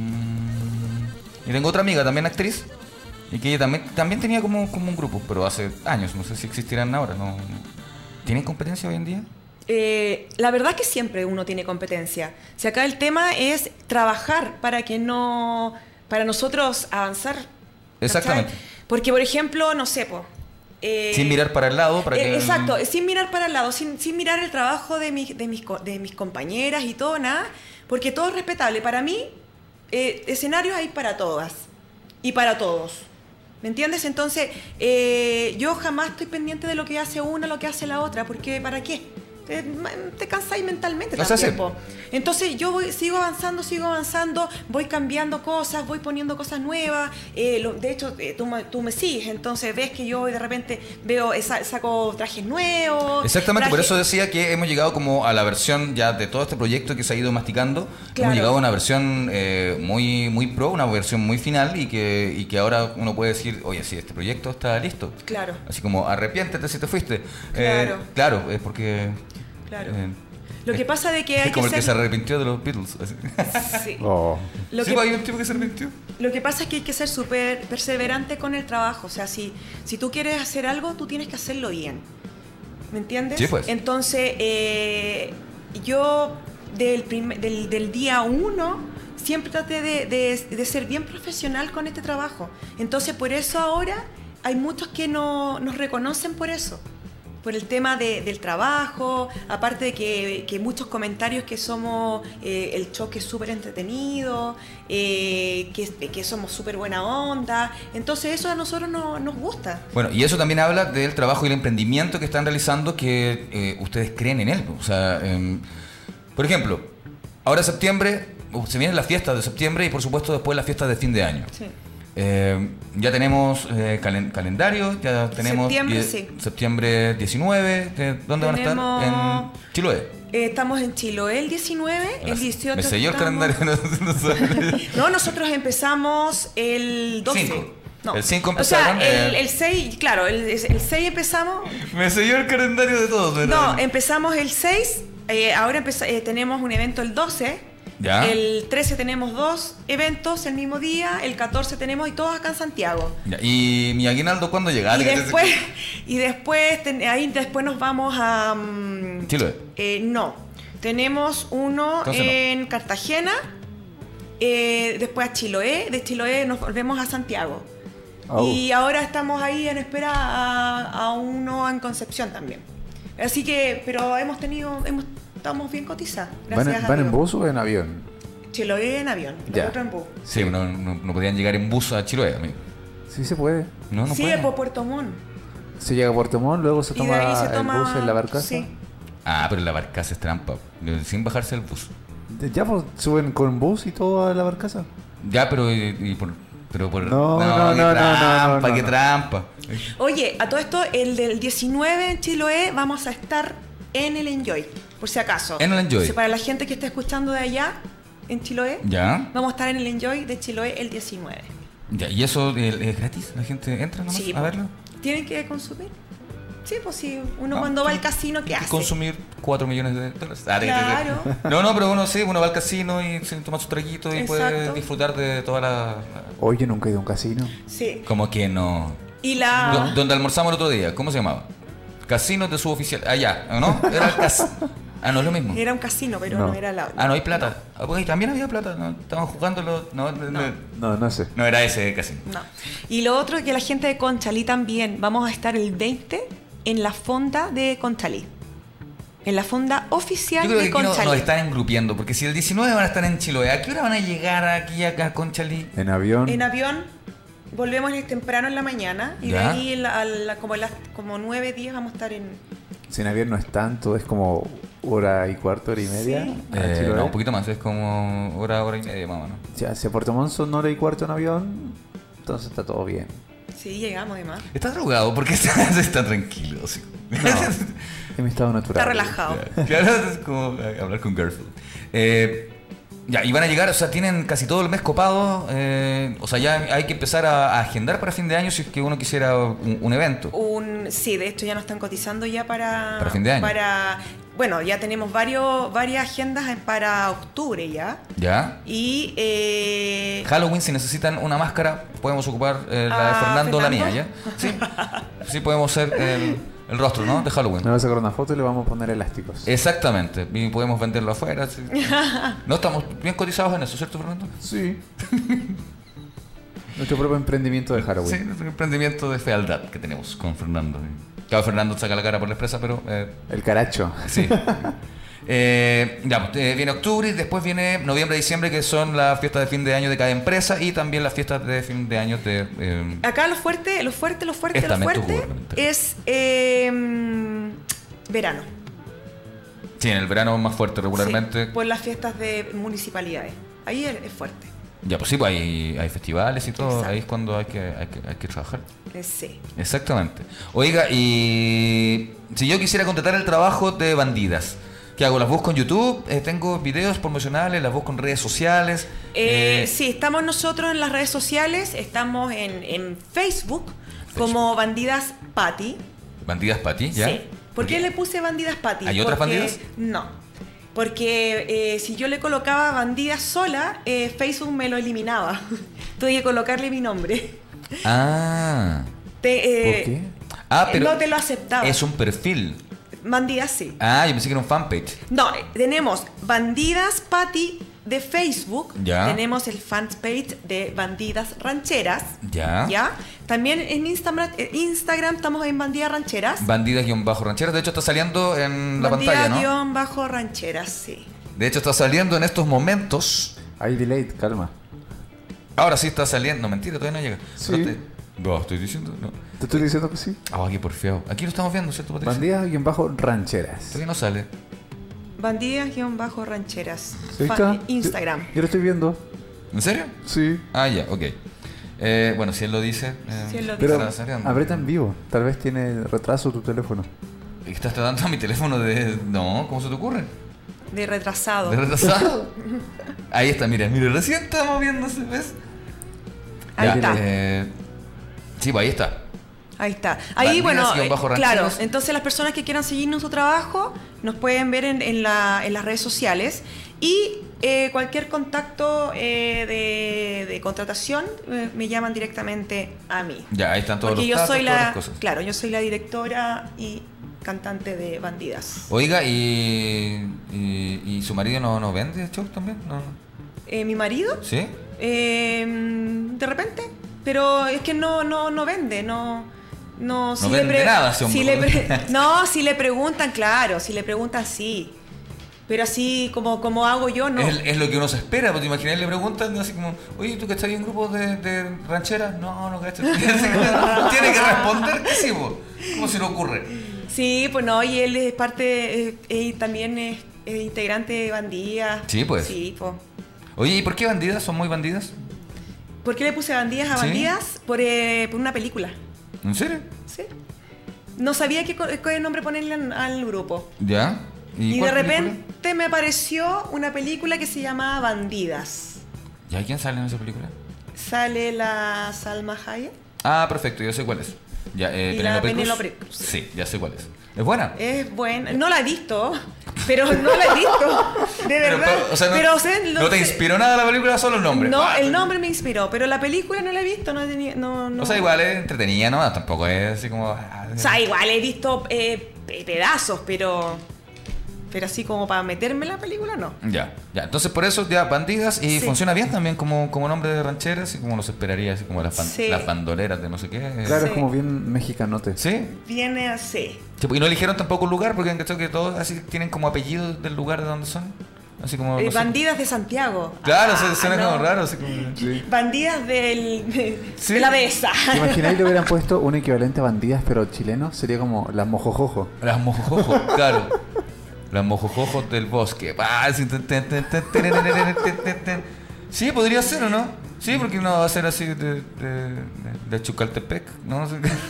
mm, y tengo otra amiga, también actriz, y que ella también, también tenía como, como un grupo, pero hace años, no sé si existirán ahora. ¿No? ¿Tienen competencia hoy en día? Eh, la verdad es que siempre uno tiene competencia. Si acá el tema es trabajar para que no... para nosotros avanzar. ¿cachai? Exactamente. Porque, por ejemplo, no sé, po, eh, Sin mirar para el lado, para eh, que... Exacto, sin mirar para el lado, sin, sin mirar el trabajo de mis, de, mis, co- de mis compañeras y todo, nada, porque todo es respetable. Para mí, eh, escenarios hay para todas y para todos. ¿Me entiendes? Entonces, eh, yo jamás estoy pendiente de lo que hace una, lo que hace la otra, porque ¿para qué? Te, te cansáis mentalmente O sea, también, sí. po. Entonces yo voy, sigo avanzando, sigo avanzando, voy cambiando cosas, voy poniendo cosas nuevas. Eh, lo- de hecho, eh, tú, me- tú me sigues, entonces ves que yo de repente veo, esa- saco trajes nuevos. Exactamente, por trajes- eso decía que hemos llegado como a la versión ya de todo este proyecto que se ha ido masticando. Claro. Hemos llegado a una versión eh, muy muy pro, una versión muy final y que, y que ahora uno puede decir, oye, sí, este proyecto está listo. Claro. Así como, arrepiéntete si te fuiste. Claro. Eh, claro, es porque... Claro. eh, Lo que es- pasa de que hay es como que el que se ser... arrepintió de los Beatles. así. Sí. Oh. Lo Sí, que- pues, hay un tipo que se arrepintió. Lo que pasa es que hay que ser súper perseverante con el trabajo. O sea, si, si tú quieres hacer algo, tú tienes que hacerlo bien. ¿Me entiendes? Sí, pues. Entonces, eh, yo del, prim- del, del día uno siempre traté de, de- de ser bien profesional con este trabajo. Entonces, por eso ahora hay muchos que no, nos reconocen por eso. Por el tema de- del trabajo, aparte de que, que muchos comentarios que somos, eh, el choque es súper entretenido, eh, que, que somos súper buena onda, entonces eso a nosotros no, nos gusta. Bueno, y eso también habla del trabajo y el emprendimiento que están realizando, que eh, ustedes creen en él. O sea, em, por ejemplo, ahora septiembre, uh, se vienen las fiestas de septiembre y por supuesto después las fiestas de fin de año. Sí. Eh, ya tenemos eh, calen- calendario, ya tenemos Septiembre, die- sí. septiembre diecinueve, eh, ¿dónde Tenemos- van a estar? En Chiloé. Eh, estamos en Chiloé el diecinueve, el dieciocho. Me selló el estamos- calendario. no, no sé. No, nosotros empezamos el doce. Cinco. No. El cinco O sea, empezaron, el, eh, el seis, claro, el, el seis empezamos. Me selló el calendario de todos. ¿verdad? No, empezamos el seis, eh, ahora empeza- eh, tenemos un evento el doce. Ya. El trece tenemos dos eventos el mismo día, el catorce tenemos y todos acá en Santiago. Ya, ¿y mi aguinaldo cuándo llega? Y después, y después ten- ahí después nos vamos a mm, Chiloé. eh, no, tenemos uno Entonces no. en Cartagena eh, después a Chiloé, de Chiloé nos volvemos a Santiago. Oh. Y ahora estamos ahí en espera a, a uno en Concepción también. Así que, pero hemos tenido, hemos, estamos bien cotizados. ¿Van, Gracias en- a van en Dios. bus o en avión? Chiloé en avión, Ya. el otro en bus. Sí, no, no, no podían llegar en bus a Chiloé, amigo. Sí se puede. No, no sí, pueden. por Puerto Montt. Se llega a Puerto Montt, luego se Y de toma ahí se toma. el bus en la barcaza. Sí. Ah, pero la barcaza es trampa. Sin bajarse del bus. Ya pues, suben con bus y todo a la barcaza. Ya, pero y, y por, pero por No, no, qué no, no, trampa, no, no, qué no. trampa. Oye, a todo esto, el del diecinueve en Chiloé vamos a estar en el Enjoy, por si acaso. En el Enjoy. Entonces, para la gente que está escuchando de allá, en Chiloé, Ya. vamos a estar en el Enjoy de Chiloé el diecinueve. Ya, ¿y eso eh, es gratis? ¿La gente entra nomás Sí, a verlo? ¿Tienen que consumir? Sí, pues sí. Uno Ah, cuando va sí. al casino, ¿qué Hay que hace? consumir cuatro millones de dólares. Ah, Claro. No, no, pero uno sí, uno va al casino y se toma su traguito y puede Exacto. disfrutar de toda la... Oye, nunca he ido a un casino. Sí. Como que no... Y la... Do- donde almorzamos el otro día, ¿cómo se llamaba? Casino de suboficial. Ah, ya, ¿no? Era el cas... Ah, no es lo mismo. Era un casino, pero no, No. era la... Ah, no hay plata. Ah, pues, también había plata, ¿no? Estaban jugando los... No, no, no. No, no sé. No era ese casino. No. Y lo otro es que la gente de Conchalí también, vamos a estar el veinte en la fonda de Conchalí. En la fonda oficial Yo creo que de aquí no- Conchalí. nos están engrupiendo, porque si el diecinueve van a estar en Chiloé, ¿a qué hora van a llegar aquí acá a Conchalí? En avión. En avión volvemos temprano en la mañana y Ya. de ahí en la- a la- como, a las, como nueve, diez vamos a estar en... Si en avión no es tanto, es como hora y cuarto, hora y media. Sí. a Eh, Chiloé. no, un poquito más, es como hora, hora y media más o menos. Ya, hacia Puerto Montt son hora y cuarto en avión, entonces está todo bien. Sí, llegamos además. ¿Estás drogado? ¿Por qué estás está tranquilo? Sí. No, en mi estado natural. Está relajado. Ya, claro, es como eh, hablar con Garfield. Eh, ya, y van a llegar, o sea, tienen casi todo el mes copado. eh, o sea, ya hay que empezar a, a agendar para fin de año si es que uno quisiera un, un evento. Un, sí, de hecho ya nos están cotizando ya para... Para fin de año. para- bueno, ya tenemos varios, varias agendas en- para octubre ya. ¿Ya? Y... Eh, Halloween, si necesitan una máscara, podemos ocupar eh, la de Ah, Fernando, la mía, ¿Fernando? ¿ya? Sí, sí podemos ser el, el rostro, ¿no? De Halloween. Me voy a sacar una foto y le vamos a poner elásticos. Exactamente, y podemos venderlo afuera. Sí. No estamos bien cotizados en eso, ¿cierto, Fernando? Sí. Nuestro propio emprendimiento de Halloween. Sí, nuestro emprendimiento de fealdad que tenemos con Fernando. Claro, Fernando saca la cara por la empresa, pero eh, El caracho. sí. Eh, ya, pues, eh, viene octubre y después viene noviembre y diciembre, que son las fiestas de fin de año de cada empresa y también las fiestas de fin de año de... eh, acá lo fuerte, lo fuerte, lo fuerte, lo Estamentos fuerte gubernamentales. es eh, verano. sí, en el verano más fuerte regularmente. Sí, por las fiestas de municipalidades. Ahí es, es fuerte. Ya, pues sí, pues hay, hay festivales y todo, Exacto. ahí es cuando hay que, hay que, hay que trabajar. Eh, sí. Exactamente. Oiga, y si yo quisiera contratar el trabajo de bandidas, ¿qué hago? ¿Las busco en YouTube? Eh, ¿Tengo videos promocionales? ¿Las busco en redes sociales? Eh, Eh, sí, estamos nosotros en las redes sociales, estamos en, en Facebook, como Bandidas Patty. ¿Bandidas para ti? ¿Ya? Sí. ¿Por qué le puse Bandidas Patty? ¿Hay otras Porque- bandidas? No. Porque eh, si yo le colocaba Bandidas sola, eh, Facebook me lo eliminaba. Tuve que colocarle mi nombre. Ah. Te, eh, ¿Por qué? Ah, pero no te lo aceptaba. es un perfil. Bandidas sí. Ah, yo pensé que era un fanpage. No, eh, tenemos Bandidas Patty de Facebook. Ya. Tenemos el fanpage de Bandidas Rancheras. Ya. ¿Ya? También en Instagram, eh, Instagram estamos en Bandidas Rancheras. Bandidas-rancheras. De hecho, está saliendo en la pantalla, ¿no? Bandidas-rancheras, sí. De hecho, está saliendo en estos momentos. Hay delay, calma. Ahora sí está saliendo. No, mentira, todavía no llega. Sí. Pero te- No, estoy diciendo. No. Te estoy diciendo que sí. Ah, aquí por feo. Aquí lo estamos viendo, ¿cierto, Patricia? Bandidas y en bajo rancheras. Todavía no sale. Bandidas-rancheras. Ahí Fa- está. Instagram. Yo, yo lo estoy viendo. ¿En serio? Sí. Ah, ya, ok. Eh, bueno, si él lo dice. eh, Si él lo Pero estará saliendo. aprieta en vivo. Tal vez tiene retraso tu teléfono. ¿Estás tratando a mi teléfono de.? No, ¿cómo se te ocurre? De retrasado. ¿De retrasado? Ahí está, mira, mira, recién está moviéndose, ¿ves? Ahí Ya, está. eh, sí, pues ahí está. Ahí está. Ahí, Bandidas bueno, guión eh, bajo claro. rancheras. Entonces, las personas que quieran seguir nuestro trabajo nos pueden ver en, en la- en las redes sociales. Y eh, cualquier contacto eh, de, de contratación eh, me llaman directamente a mí. Ya, ahí están todos Porque los yo datos, soy todas la, las cosas. claro, yo soy la directora y cantante de Bandidas. Oiga, ¿y, y, y su marido no, no vende show también? No, no. Eh, ¿Mi marido? ¿Sí? Eh, de repente. Pero es que no, no, no vende, no... No, si No le vende pre- nada ese hombre. si le pre- No, si le preguntan, claro, si le preguntan, sí. Pero así como, como hago yo, no. Es, es lo que uno se espera, porque te imaginas, le preguntan así como, oye, ¿tú cachai un grupo de, de rancheras? No, no cacho. Tiene que responder que sí, po. ¿Cómo se le ocurre? Sí, pues no, y él es parte, eh, eh, también es, es integrante de Bandidas. Sí, pues. Sí, pues. Oye, ¿y por qué bandidas? ¿Son muy bandidas? ¿Por qué le puse Bandidas a Sí. Bandidas? Por, eh, por una película. ¿En serio? Sí. No sabía qué, co- qué nombre ponerle al, al grupo. ¿Ya? Y, de cuál película? repente me apareció una película que se llama Bandidas. ¿Ya quién sale en esa película? Sale la Salma Hayek. Ah, perfecto, ya sé cuál es. Ya, eh, Y la Penélope Cruz. Penélope Cruz. Sí, ya sé cuál es. ¿Es buena? Es buena. No la he visto, pero no la he visto. De Pero, verdad. pero, o sea, no, Pero, o sea, lo ¿no te sé- inspiró nada la película, solo el nombre? No, Ah, el nombre me inspiró, pero la película no la he visto, no tenía, no, no. O sea, igual es entretenida, ¿no? Tampoco es así como... ah, O sea, igual he visto eh, pe- pedazos, pero, pero así como para meterme en la película, no. Ya, ya. Entonces por eso ya bandidas y Sí. funciona bien también como, como nombre de ranchera, así como nos esperaría, así como las, ban- Sí. las bandoleras de no sé qué. Claro, Sí. es como bien mexicanote. ¿Sí? Viene así. Sí, pues, y no eligieron tampoco un lugar porque han cachado que todos así tienen como apellido del lugar de donde son. Así como... Eh, no sé. Bandidas de Santiago. Claro, Ah, se suena no. como raro, así como... Sí. Bandidas del, de, Sí. de la Dehesa. ¿Te imagináis le hubieran puesto un equivalente a bandidas pero chileno? Sería como las mojojojo. Las mojojojos, claro. Las mojojojos del bosque. Ah, sí, ten, ten, ten, ten, ten, ten, ten, ten, ten. Sí, podría ser, ¿o no? Sí, porque no va a ser así de, de, de, de Chucaltepec, ¿no?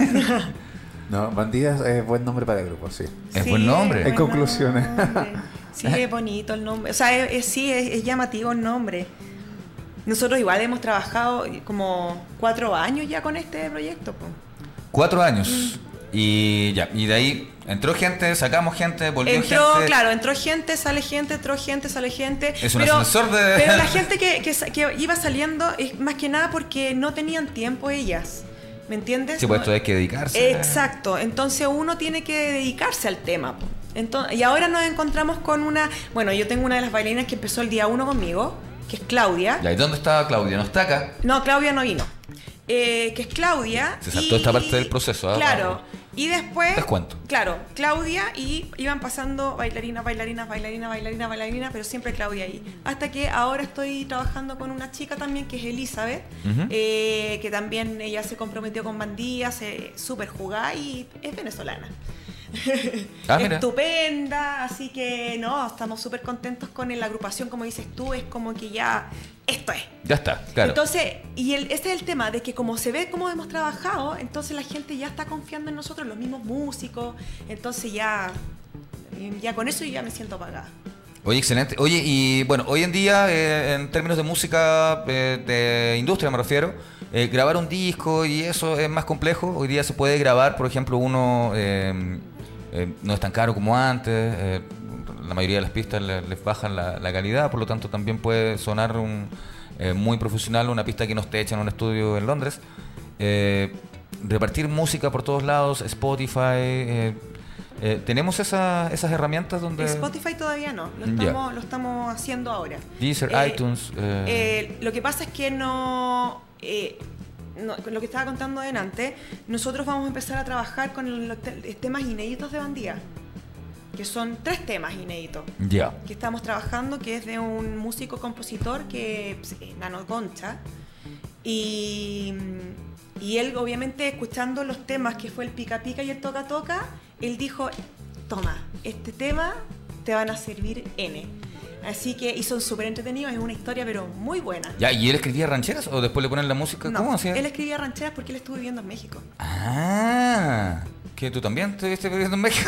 No, bandidas es buen nombre para el grupo, sí. Es buen nombre. En buen conclusiones. nombre. Sí, es bonito el nombre. O sea, es, es- sí, es, es llamativo el nombre. Nosotros igual hemos trabajado como cuatro años ya con este proyecto. Po. Cuatro años. Y ya, y de ahí entró gente, sacamos gente, volvió Entró, gente. claro, entró gente, sale gente, entró gente, sale gente. Es un pero, ascensor de- Pero la gente que, que, sa- que iba saliendo es más que nada porque no tenían tiempo ellas. ¿Me entiendes? Sí, pues No- esto hay que dedicarse. Exacto, entonces uno tiene que dedicarse al tema. po. Entonces, y ahora nos encontramos con una... Bueno, yo tengo una de las bailarinas que empezó el día uno conmigo, que es Claudia. Ya, ¿y dónde está Claudia? ¿No está acá? No, Claudia no vino. Eh, que es Claudia. Se saltó y- esta parte del proceso, ¿ah? Claro. Y después... Descuento. Claro, Claudia y iban pasando bailarinas, bailarinas, bailarinas, bailarinas, bailarinas, pero siempre Claudia ahí. Hasta que ahora estoy trabajando con una chica también que es Elizabeth, Ujú. eh, que también ella se comprometió con Bandías, eh, súper jugada y es venezolana. Ah, mira. Estupenda, así que no, estamos súper contentos con la agrupación, como dices tú, es como que ya, esto es. Ya está, claro. Entonces, y el, ese es el tema, de que como se ve cómo hemos trabajado, entonces la gente ya está confiando en nosotros, los mismos músicos, entonces ya, ya con eso yo ya me siento pagada. Oye, excelente. Oye, y bueno, hoy en día, eh, en términos de música, eh, de industria me refiero, eh, grabar un disco y eso es más complejo. Hoy día se puede grabar, por ejemplo, uno eh, eh, no es tan caro como antes. eh, la mayoría de las pistas le- les bajan la, la calidad, por lo tanto también puede sonar un, eh, muy profesional una pista que no esté hecha en un estudio en Londres. Eh, repartir música por todos lados, Spotify... eh, eh, ¿Tenemos esa- esas herramientas donde...? Spotify todavía no, lo Ya. estamos, lo estamos haciendo ahora. Deezer, Eh, iTunes... eh, Eh, lo que pasa es que no, eh, no- con lo que estaba contando delante, nosotros vamos a empezar a trabajar con los te- temas inéditos de Bandía, que son tres temas inéditos Ya. que estamos trabajando, que es de un músico compositor que es Nano Concha, y, y él obviamente escuchando los temas que fue el Pica Pica y el Toca Toca, él dijo, toma, este tema te van a servir N. Así que, y son súper entretenidos, es una historia pero muy buena. Ya, ¿y él escribía rancheras o después le ponen la música? No, ¿Cómo hacía? él escribía rancheras porque él estuvo viviendo en México. Ah, ¿que tú también estuviste viviendo en México?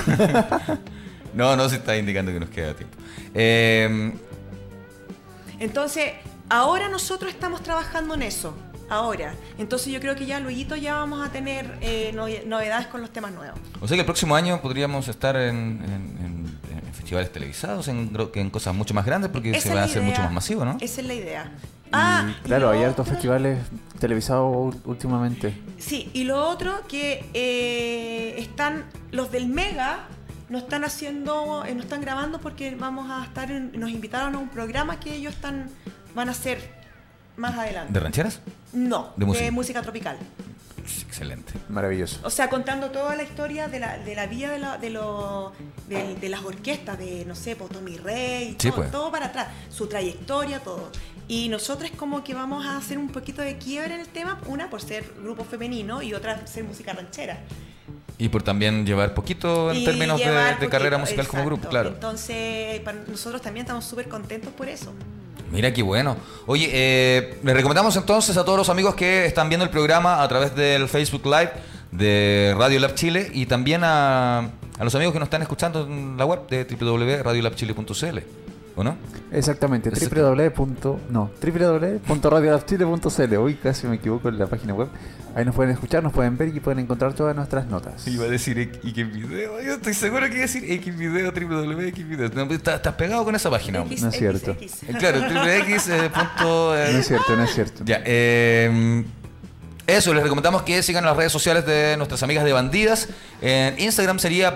no, no, se está indicando que nos queda tiempo. Eh, Entonces, ahora nosotros estamos trabajando en eso. Ahora. Entonces yo creo que ya luego ya vamos a tener eh, no- novedades con los temas nuevos. o sea que el próximo año podríamos estar en, en- en- en festivales televisados, en, gro- en cosas mucho más grandes, porque Esa se es va a la hacer idea. mucho más masivo, ¿no? Esa es la idea. Y, Ah, y claro, lo hay hartos otro- festivales televisados ú- últimamente. Sí, y lo otro que eh, están, los del Mega no están haciendo, eh, no están grabando porque vamos a estar, en- nos invitaron a un programa que ellos están van a ser más adelante. ¿De rancheras? No, De música. de música tropical. Excelente. Maravilloso. O sea, contando toda la historia de la, de la vida de, la, de, lo, de, de las orquestas, de, no sé, pues, Tommy Rey, Sí, todo, pues. todo para atrás, su trayectoria, todo. Y nosotros como que vamos a hacer un poquito de quiebre en el tema, una por ser grupo femenino y otra ser música ranchera. Y por también llevar poquito en Y términos de, llevar de poquito, carrera musical como exacto. grupo, claro. Entonces, para nosotros también estamos súper contentos por eso. Mira qué bueno. Oye, eh, les recomendamos entonces a todos los amigos que están viendo el programa a través del Facebook Live de Radio Lab Chile y también a, a los amigos que nos están escuchando en la web de doble u doble u doble u punto radio lab chile punto c l, ¿o no? Exactamente, Exacto. www. No, w w w punto radio lab chile punto c l. Uy, casi me equivoco en la página web. Ahí nos pueden escuchar, nos pueden ver y pueden encontrar todas nuestras notas. Iba a decir X video, yo estoy seguro que iba a decir X video, triple W, X video. No, estás, estás pegado con esa página. X, no es cierto. X, X. Eh, Claro, triple X eh, punto, eh, No es cierto, no es cierto. Ya, eh, eso, les recomendamos que sigan las redes sociales de nuestras amigas de Bandidas. En Instagram sería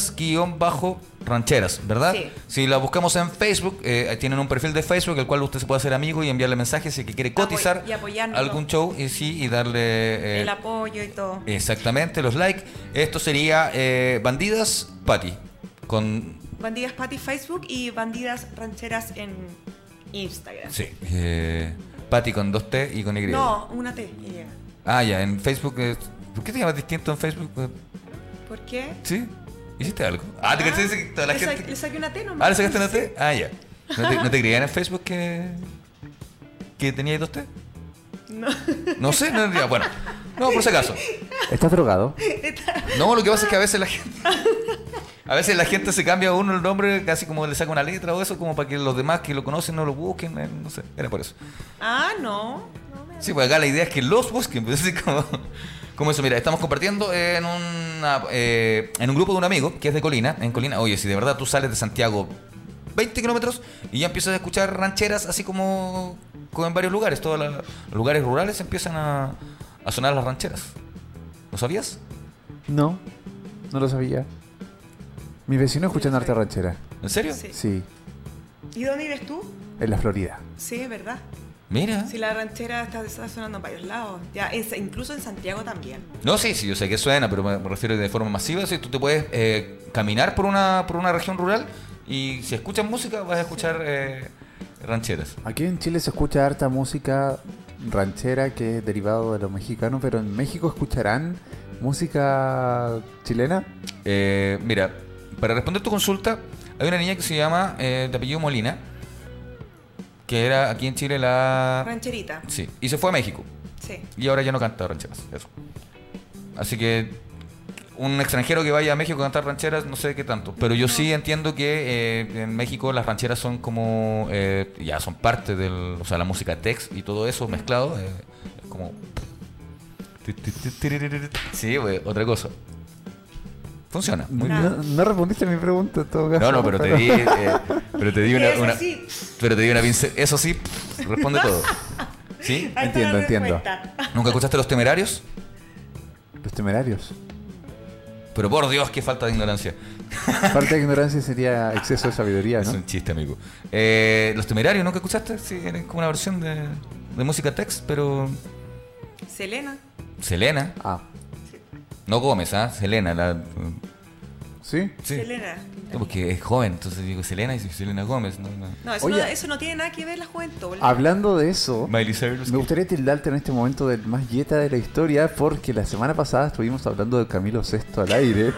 bandidas-rancheras, ¿verdad? Sí. Si la buscamos en Facebook, eh, tienen un perfil de Facebook, el cual usted se puede hacer amigo y enviarle mensajes si que quiere cotizar y apoyarnos. algún show y sí, y darle... eh, El apoyo y todo. exactamente, los likes. Esto sería eh, Bandidas Pati, con... Bandidas Patty Facebook y Bandidas Rancheras en Instagram. Sí, eh, Pati con dos T y con Y. No, una T. y llega. Ah, ya, en Facebook... eh, ¿por qué te llamas distinto en Facebook? Eh, ¿Por qué? ¿Sí? ¿Hiciste algo? Ah, te caché que toda la le, sa- gente... le saqué una T nomás. Ah, ¿le sacaste una T? Ah, ya. ¿No te, no te creían en Facebook que... que teníais dos T? No. No sé, no, ya, bueno. No, por si acaso. ¿Estás drogado? No, lo que pasa es que a veces la gente... A veces la gente se cambia a uno el nombre, casi como le saca una letra o eso, como para que los demás que lo conocen no lo busquen, eh, no sé, era por eso. Ah, no. no me- Sí, pues acá la idea es que los busquen, pues así como, como eso. Mira, estamos compartiendo en, una, eh, en un grupo de un amigo que es de Colina, en Colina. Oye, si de verdad tú sales de Santiago veinte kilómetros y ya empiezas a escuchar rancheras así como, como en varios lugares, todos la- los lugares rurales empiezan a, a sonar las rancheras. ¿Lo sabías? No, no lo sabía. Mi vecino escucha arte ranchera. ¿En serio? Sí. Sí, ¿Y dónde vives tú? en la Florida. Sí, es verdad. Mira. Si la ranchera está, está sonando en varios lados. Ya, en- incluso en Santiago también. No, sí, sí, yo sé que suena, pero me, me refiero de forma masiva. Si tú te puedes eh, caminar por una, por una región rural y si escuchas música vas a escuchar eh, rancheras. Aquí en Chile se escucha harta música ranchera que es derivado de lo mexicano, pero en México escucharán música chilena. Eh, mira, para responder tu consulta, hay una niña que se llama, eh, de apellido Molina, que era aquí en Chile la... Rancherita. Sí, y se fue a México. Sí. Y ahora ya no canta rancheras, eso. Así que un extranjero que vaya a México a cantar rancheras, no sé qué tanto. Pero yo sí entiendo que eh, en México las rancheras son como, eh, ya son parte del, o sea, la música tex y todo eso mezclado, eh, es como... Sí, güey, otra cosa. Funciona, muy bien. No, no respondiste a mi pregunta en todo caso. No, no, pero te di, eh, pero te di una, Eso una- sí. pero te di una pincel, eso sí, responde todo. ¿Sí? Ahí está Entiendo, la entiendo. respuesta. ¿Nunca escuchaste Los Temerarios? Los temerarios. Pero por Dios, qué falta de ignorancia. Falta de ignorancia sería exceso de sabiduría, Es ¿no? un chiste, amigo. Eh, Los Temerarios, ¿nunca escuchaste? Sí, es como una versión de, de música text, pero Selena. Selena, Ah, no Gómez, ¿ah? Selena, la... ¿sí? Sí. Selena. No, porque es joven, entonces digo Selena y soy Selena Gómez, ¿no? no. No eso, Oye. no, eso no tiene nada que ver la juventud. Hablando de eso, Miley Cyrus. me gustaría tildarte en este momento del más yeta de la historia porque la semana pasada estuvimos hablando de Camilo Sesto al aire.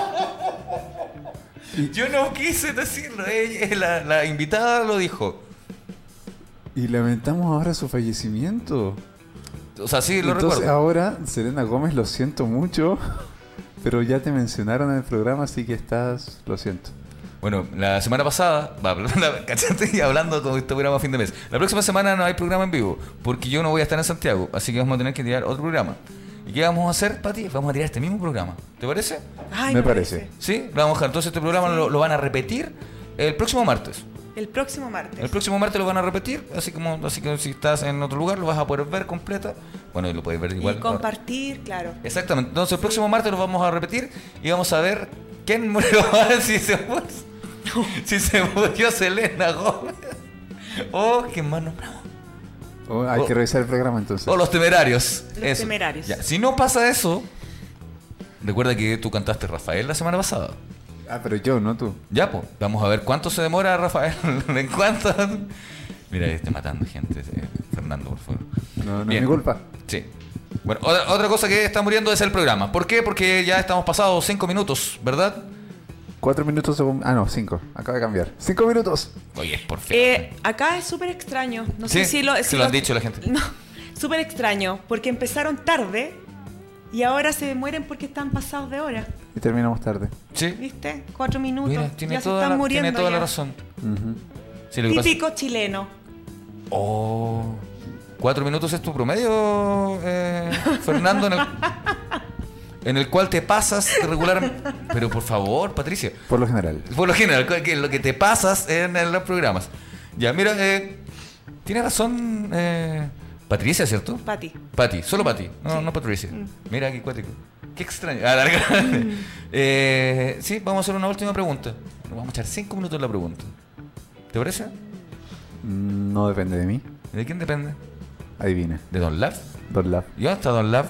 Yo no quise decirlo, ella, la, la invitada lo dijo. Y lamentamos ahora su fallecimiento. O sea, sí, lo Entonces recuerdo. ahora, Selena Gómez, lo siento mucho, pero ya te mencionaron en el programa, así que estás, lo siento. Bueno, la semana pasada, va, ¿cachate? Y hablando como si estuviéramos a fin de mes. La próxima semana no hay programa en vivo, porque yo no voy a estar en Santiago, así que vamos a tener que tirar otro programa. ¿Y qué vamos a hacer, Pati? Vamos a tirar este mismo programa. ¿Te parece? Ay, Me parece. Sí, lo vamos a dejar. Entonces este programa lo, lo van a repetir el próximo martes. El próximo martes. El próximo martes lo van a repetir, así como así que si estás en otro lugar lo vas a poder ver completa. Bueno, y lo puedes ver igual. Y compartir, claro. Exactamente. Entonces el próximo martes lo vamos a repetir y vamos a ver quién murió si se murió, si se murió Selena Gómez O ¿quién más nombramos? Oh, hay Oh. que revisar el programa entonces. O Los Temerarios. Los Eso. Temerarios. Ya, si no pasa eso, recuerda que tú cantaste Rafael la semana pasada. Ah, pero yo, no tú. Ya, pues, vamos a ver cuánto se demora Rafael. ¿En cuánto? Mira, esté matando gente, eh, Fernando, por favor. No, no Bien. es mi culpa. Sí. Bueno, otra, otra cosa que está muriendo es el programa. ¿Por qué? Porque ya estamos pasados cinco minutos, ¿verdad? Cuatro minutos según... Ah, no, cinco. Acaba de cambiar. Cinco minutos. Oye, por fin. Eh, acá es súper extraño. No sé Sí, si lo, sí si lo han dicho la gente. No, súper extraño, porque empezaron tarde y ahora se mueren porque están pasados de hora. Y terminamos tarde. Sí. ¿Viste? Cuatro minutos. Mira, tiene ya se toda, están la, muriendo. tiene toda la ya. razón. Ujú. Sí, lo que pasa- Típico chileno. Oh. ¿Cuatro minutos es tu promedio, eh, Fernando? En el, en el cual te pasas regular. Pero por favor, Patricia. Por lo general. Por lo general, que lo que te pasas en, en los programas. Ya, mira, eh, tiene razón eh, Patricia, ¿cierto? Pati. Pati, solo Pati, no, Sí. no Patricia. Mm. Mira qué cuático. Qué extraño. Ah, larga. eh, sí, vamos a hacer una última pregunta. Nos vamos a echar cinco minutos en la pregunta. ¿Te parece? Mm, No depende de mí. ¿De quién depende? Adivina. ¿De Don Lab? Don Lab. ¿Y dónde está Don Lab?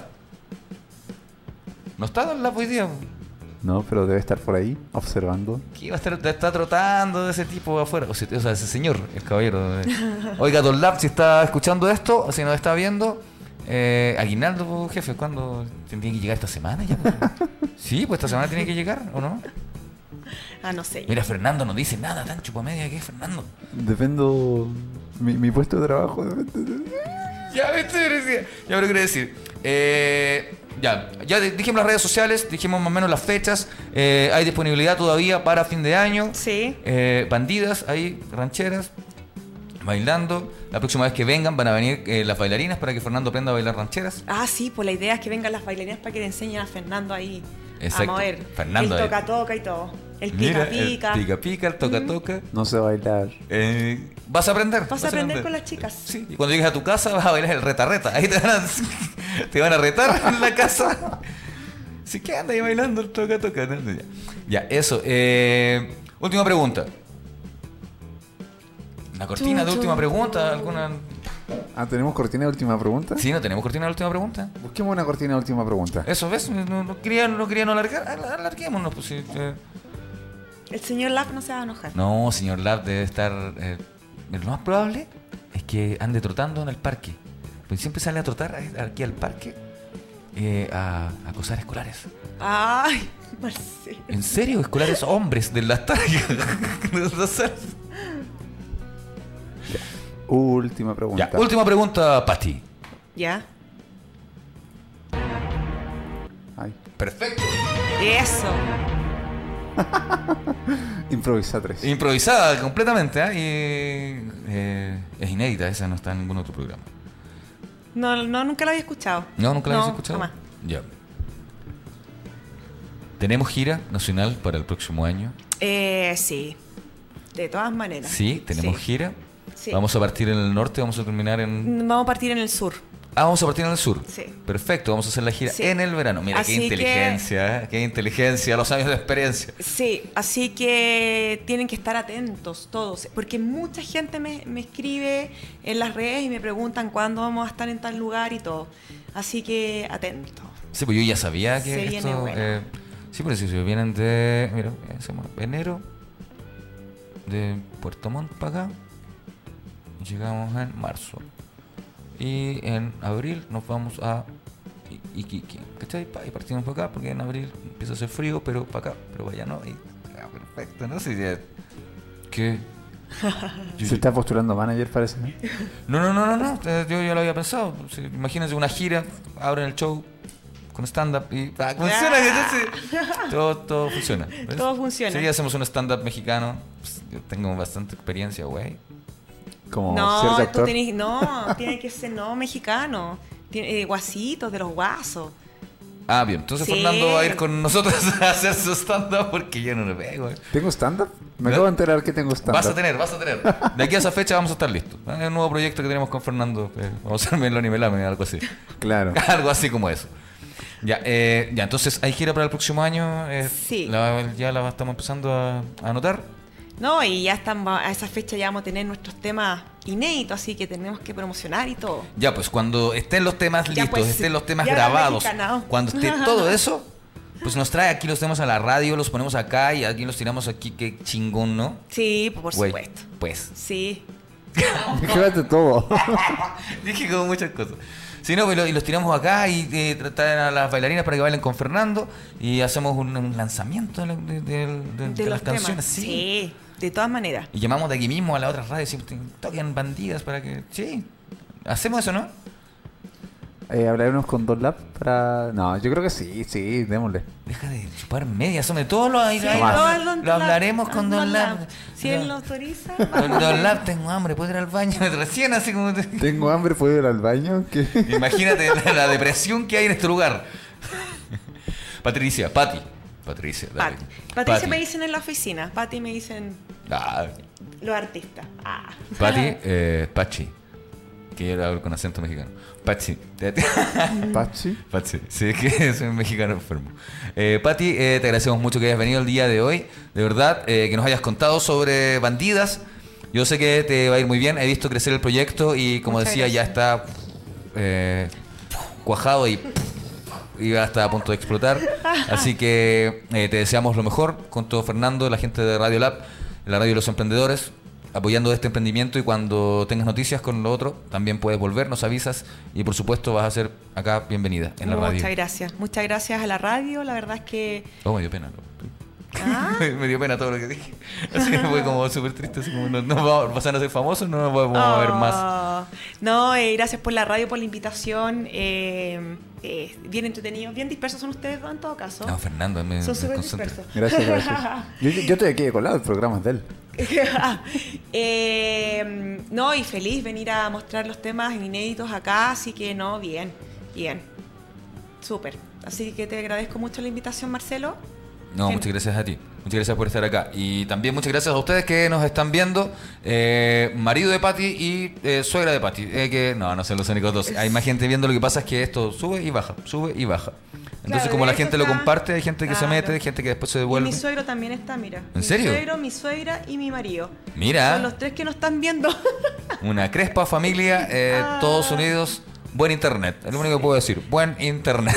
¿No está Don Lab hoy día? No, pero debe estar por ahí, observando. ¿Qué va a estar, está trotando de ese tipo afuera? O sea, o sea, ese señor, el caballero. Oiga, Don Lab, si está escuchando esto, o si nos está viendo, eh, Aguinaldo, jefe, ¿cuándo tiene que llegar esta semana ya? Sí, pues esta semana tiene que llegar, ¿o no? Ah, no sé. Mira, Fernando no dice nada, tan chupamedia que es Fernando. Dependo... Mi, mi puesto de trabajo depende de... Ya, viste, decía. Ya me lo quería decir. Eh, ya, ya di- dijimos las redes sociales, dijimos más o menos las fechas. Eh, hay disponibilidad todavía para fin de año. Sí. Eh, bandidas, ahí, rancheras, bailando. La próxima vez que vengan van a venir eh, las bailarinas para que Fernando aprenda a bailar rancheras. Ah, sí, pues la idea es que vengan las bailarinas para que le enseñen a Fernando ahí Exacto. a mover. Fernando el ahí. toca toca y todo. El Mira, pica pica. el pica pica, el toca toca. No sé bailar. Eh, vas a aprender. Vas a aprender con las chicas. Sí, y cuando llegues a tu casa vas a bailar el reta reta. Ahí te van a, te van a retar en la casa. Así que anda ahí bailando el toca toca. Ya, ya eso. Eh, última pregunta. Una cortina Chun, de última chun, pregunta. ¿Alguna? Ah, ¿tenemos cortina de última pregunta? Sí, no tenemos cortina de última pregunta. Busquemos una cortina de última pregunta. Eso, ¿ves? No, no quería, no quería no alargar. Al- Alarguémonos, pues sí. eh. El señor Lap no se va a enojar. No, señor Lab debe estar. Eh, lo más probable es que ande trotando en el parque. Pues siempre sale a trotar a- aquí al parque eh, a, a acosar escolares. Ay, Marcelo. ¿En serio? Escolares hombres de las tardes. No sé. Última pregunta. Ya, última pregunta, Pati. ¿Ya? Ay. Perfecto. Eso. Improvisa tres. Improvisada completamente, ¿eh? Y eh, es inédita, esa no está en ningún otro programa. No, no, nunca la había escuchado. ¿No? ¿Nunca la No, habías escuchado? jamás. Ya. ¿Tenemos gira nacional para el próximo año? Eh, sí. De todas maneras. Sí, tenemos Sí. gira. Sí. Vamos a partir en el norte, vamos a terminar en... Vamos a partir en el sur. Ah, vamos a partir en el sur. Sí. Perfecto, vamos a hacer la gira Sí. en el verano. Mira, Así qué que- inteligencia, ¿eh? Qué inteligencia, los años de experiencia. Sí, así que tienen que estar atentos todos, porque mucha gente me, me escribe en las redes y me preguntan cuándo vamos a estar en tal lugar y todo. Así que atentos. Sí, pues yo ya sabía que Se viene esto... bueno. eh, sí, pero si vienen de... Mira, eh, hacemos enero, de Puerto Montt para acá, llegamos en marzo. Y en abril nos vamos a I- Iquique, ¿cachai? Pa- Y partimos para acá porque en abril empieza a hacer frío, pero para acá, pero vaya no. Y, ah, perfecto, ¿no? Sí, ya- ¿Qué? Yo- Se está postulando manager, parece, ¿no? No, no, no, no, no, eh, yo ya lo había pensado. Sí, imagínense una gira, abren el show con stand-up y ah, funciona, ¿cachai? todo, todo funciona. ¿ves? Todo funciona. Sí, hacemos un stand-up mexicano. Pues, yo tengo bastante experiencia, güey. Como No, cierto tú actor. tenés, no, tiene que ser no mexicano. Tiene, eh, guasitos de los guasos. Ah, bien, entonces Sí. Fernando va a ir con nosotros a hacer su stand-up porque yo no lo veo. ¿Tengo stand-up? Me ¿Eh? acabo de enterar que tengo stand-up. Vas a tener, vas a tener. De aquí a esa fecha vamos a estar listos. Es un nuevo proyecto que tenemos con Fernando. eh, Vamos a hacer Melón y Melame, algo así. Claro. Algo así como eso. Ya, eh, ya, entonces hay gira para el próximo año. eh, Sí. la- ya la estamos empezando a, a anotar. No, y ya estamos, a esa fecha ya vamos a tener nuestros temas inéditos, así que tenemos que promocionar y todo. Ya, pues cuando estén los temas Ya, listos, pues, estén los temas ya grabados, mexicanao. cuando esté todo eso, pues nos trae aquí los temas a la radio, los ponemos acá y aquí los tiramos aquí, qué chingón, ¿no? Sí, por Güey, supuesto. Pues. Sí. Llévate todo. Dije como muchas cosas. Sí, no, y lo- y los tiramos acá y eh, traen a las bailarinas para que bailen con Fernando y hacemos un, un lanzamiento de, la- de- de- de- de De las los temas. canciones. Sí. Sí, de todas maneras. Y llamamos de aquí mismo a la otra radio y decimos, toquen bandidas para que... Sí, hacemos eso, ¿no? Eh, hablaremos con Don Lab para... No, yo creo que sí, sí, démosle. Deja de chupar medias, sobre todo lo, Sí, lo- Tomás. no, Don lo hablaremos Lab, con Don Lab. Si él lo autoriza. Don, vamos. Don Lab, tengo hambre, ¿puedo ir al baño? Recién así como... te- Tengo hambre, ¿puedo ir al baño? ¿Qué? Imagínate la, la depresión que hay en este lugar. Patricia, Pati. Patricia, dale. Pati. Patricia Pati. me dicen en la oficina. Pati me dicen Ah, los artistas. Ah. Pati, eh, Pachi. Que yo hablo con acento mexicano. Pachi. ¿Pachi? Pachi. Sí, que soy un mexicano enfermo. Eh, Pati, eh, te agradecemos mucho que hayas venido el día de hoy. De verdad, eh, que nos hayas contado sobre Bandidas. Yo sé que te va a ir muy bien. He visto crecer el proyecto y, como Muchas decía, ya está eh, cuajado y, y ya está a punto de explotar. Así que eh, te deseamos lo mejor con todo Fernando, la gente de Radio Lab, la radio de los emprendedores, apoyando este emprendimiento, y cuando tengas noticias con lo otro, también puedes volver, nos avisas y por supuesto vas a ser acá bienvenida en la radio. Muchas gracias. Muchas gracias a la radio. La verdad es que... Oh, me dio pena. ¿no? Ah. Me dio pena todo lo que dije. Así que fue como súper triste. Así como no, no vamos, pasan a ser famosos, no nos podemos Oh. ver más. No, eh, gracias por la radio, por la invitación. Eh, eh, bien entretenidos, bien dispersos son ustedes dos en todo caso. No, Fernando, me, son me súper concentra. dispersos. Gracias, gracias. Yo, yo, yo estoy aquí de colado, el programa es de él. Eh, no, y feliz venir a mostrar los temas inéditos acá, así que no, bien, bien. Súper. Así que te agradezco mucho la invitación, Marcelo. No, Gen- muchas gracias a ti. Muchas gracias por estar acá. Y también muchas gracias a ustedes que nos están viendo. Eh, marido de Pati y eh, suegra de Pati. Eh, que no, no son los únicos dos. Hay más gente viendo. Lo que pasa es que esto sube y baja, sube y baja. Entonces, Claro, como la de eso gente lo está- comparte, hay gente que se Claro. mete, hay gente que después se Y devuelve. mi suegro también está, mira. ¿En serio? Mi suegro, mi suegra y mi marido. Mira. Son los tres que nos están viendo. Una crespa familia, eh, Ah. todos unidos, buen internet. Es lo único que puedo decir, buen internet.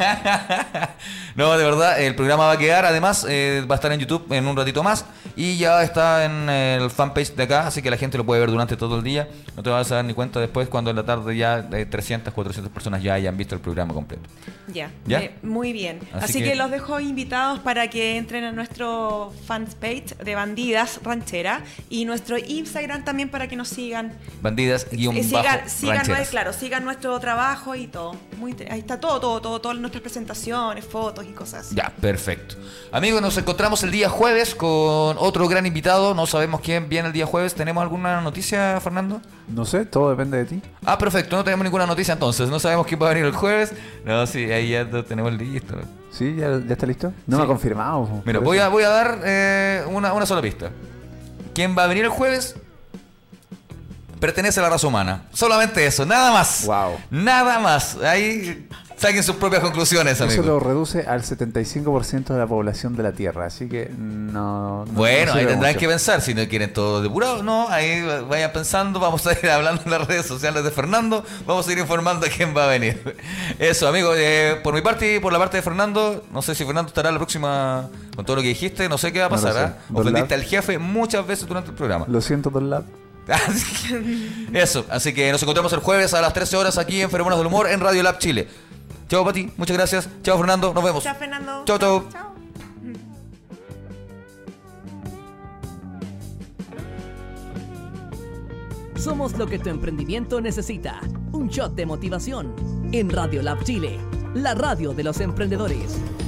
No, de verdad, el programa va a quedar, además eh, va a estar en YouTube en un ratito más y ya está en el fanpage de acá, así que la gente lo puede ver durante todo el día. No te vas a dar ni cuenta después cuando en la tarde ya eh, trescientas, cuatrocientas personas ya hayan visto el programa completo. Ya, ¿Ya? eh, muy bien. Así Así, que- que... los dejo invitados para que entren a nuestro fanpage de Bandidas Ranchera y nuestro Instagram también para que nos sigan. Bandidas, guión Eh, bajo, sigan, sigan rancheras. nue- claro, sigan nuestro trabajo y todo. Muy, inte- ahí está todo, todo, todo, todas nuestras presentaciones, fotos y cosas. Ya, perfecto. Amigos, nos encontramos el día jueves con otro gran invitado. No sabemos quién viene el día jueves. ¿Tenemos alguna noticia, Fernando? No sé, todo depende de ti. Ah, perfecto. No tenemos ninguna noticia entonces. No sabemos quién va a venir el jueves. No, sí, ahí ya lo tenemos listo. ¿Sí? ¿Ya, ya está listo? No Sí. me ha confirmado. Mira, por voy eso. a, voy a dar eh, una, una sola pista. ¿Quién va a venir el jueves? Pertenece a la raza humana. Solamente eso, nada más. Wow. Nada más. Ahí saquen sus propias conclusiones, Eso amigos. lo reduce al setenta y cinco por ciento de la población de la Tierra, así que no... no- Bueno, no ahí sirve tendrán mucho. que pensar, si no quieren todo depurado, no, ahí vayan pensando, vamos a ir hablando en las redes sociales de Fernando, vamos a ir informando a quién va a venir. Eso, amigos, eh, por mi parte y por la parte de Fernando, no sé si Fernando estará la próxima con todo lo que dijiste, no sé qué va a No lo pasar, sé. ¿ah? Don Ofendiste Lab. al jefe muchas veces durante el programa. Lo siento, Don Lab. Así que- Eso, así que nos encontramos el jueves a las trece horas aquí en Feromonas del Humor en Radio Lab Chile. Chao, Pati, muchas gracias. Chao, Fernando, nos vemos. Chao, Fernando. Chao, chao. Chao. Somos lo que tu emprendimiento necesita. Un shot de motivación. En Radio Lab Chile, la radio de los emprendedores.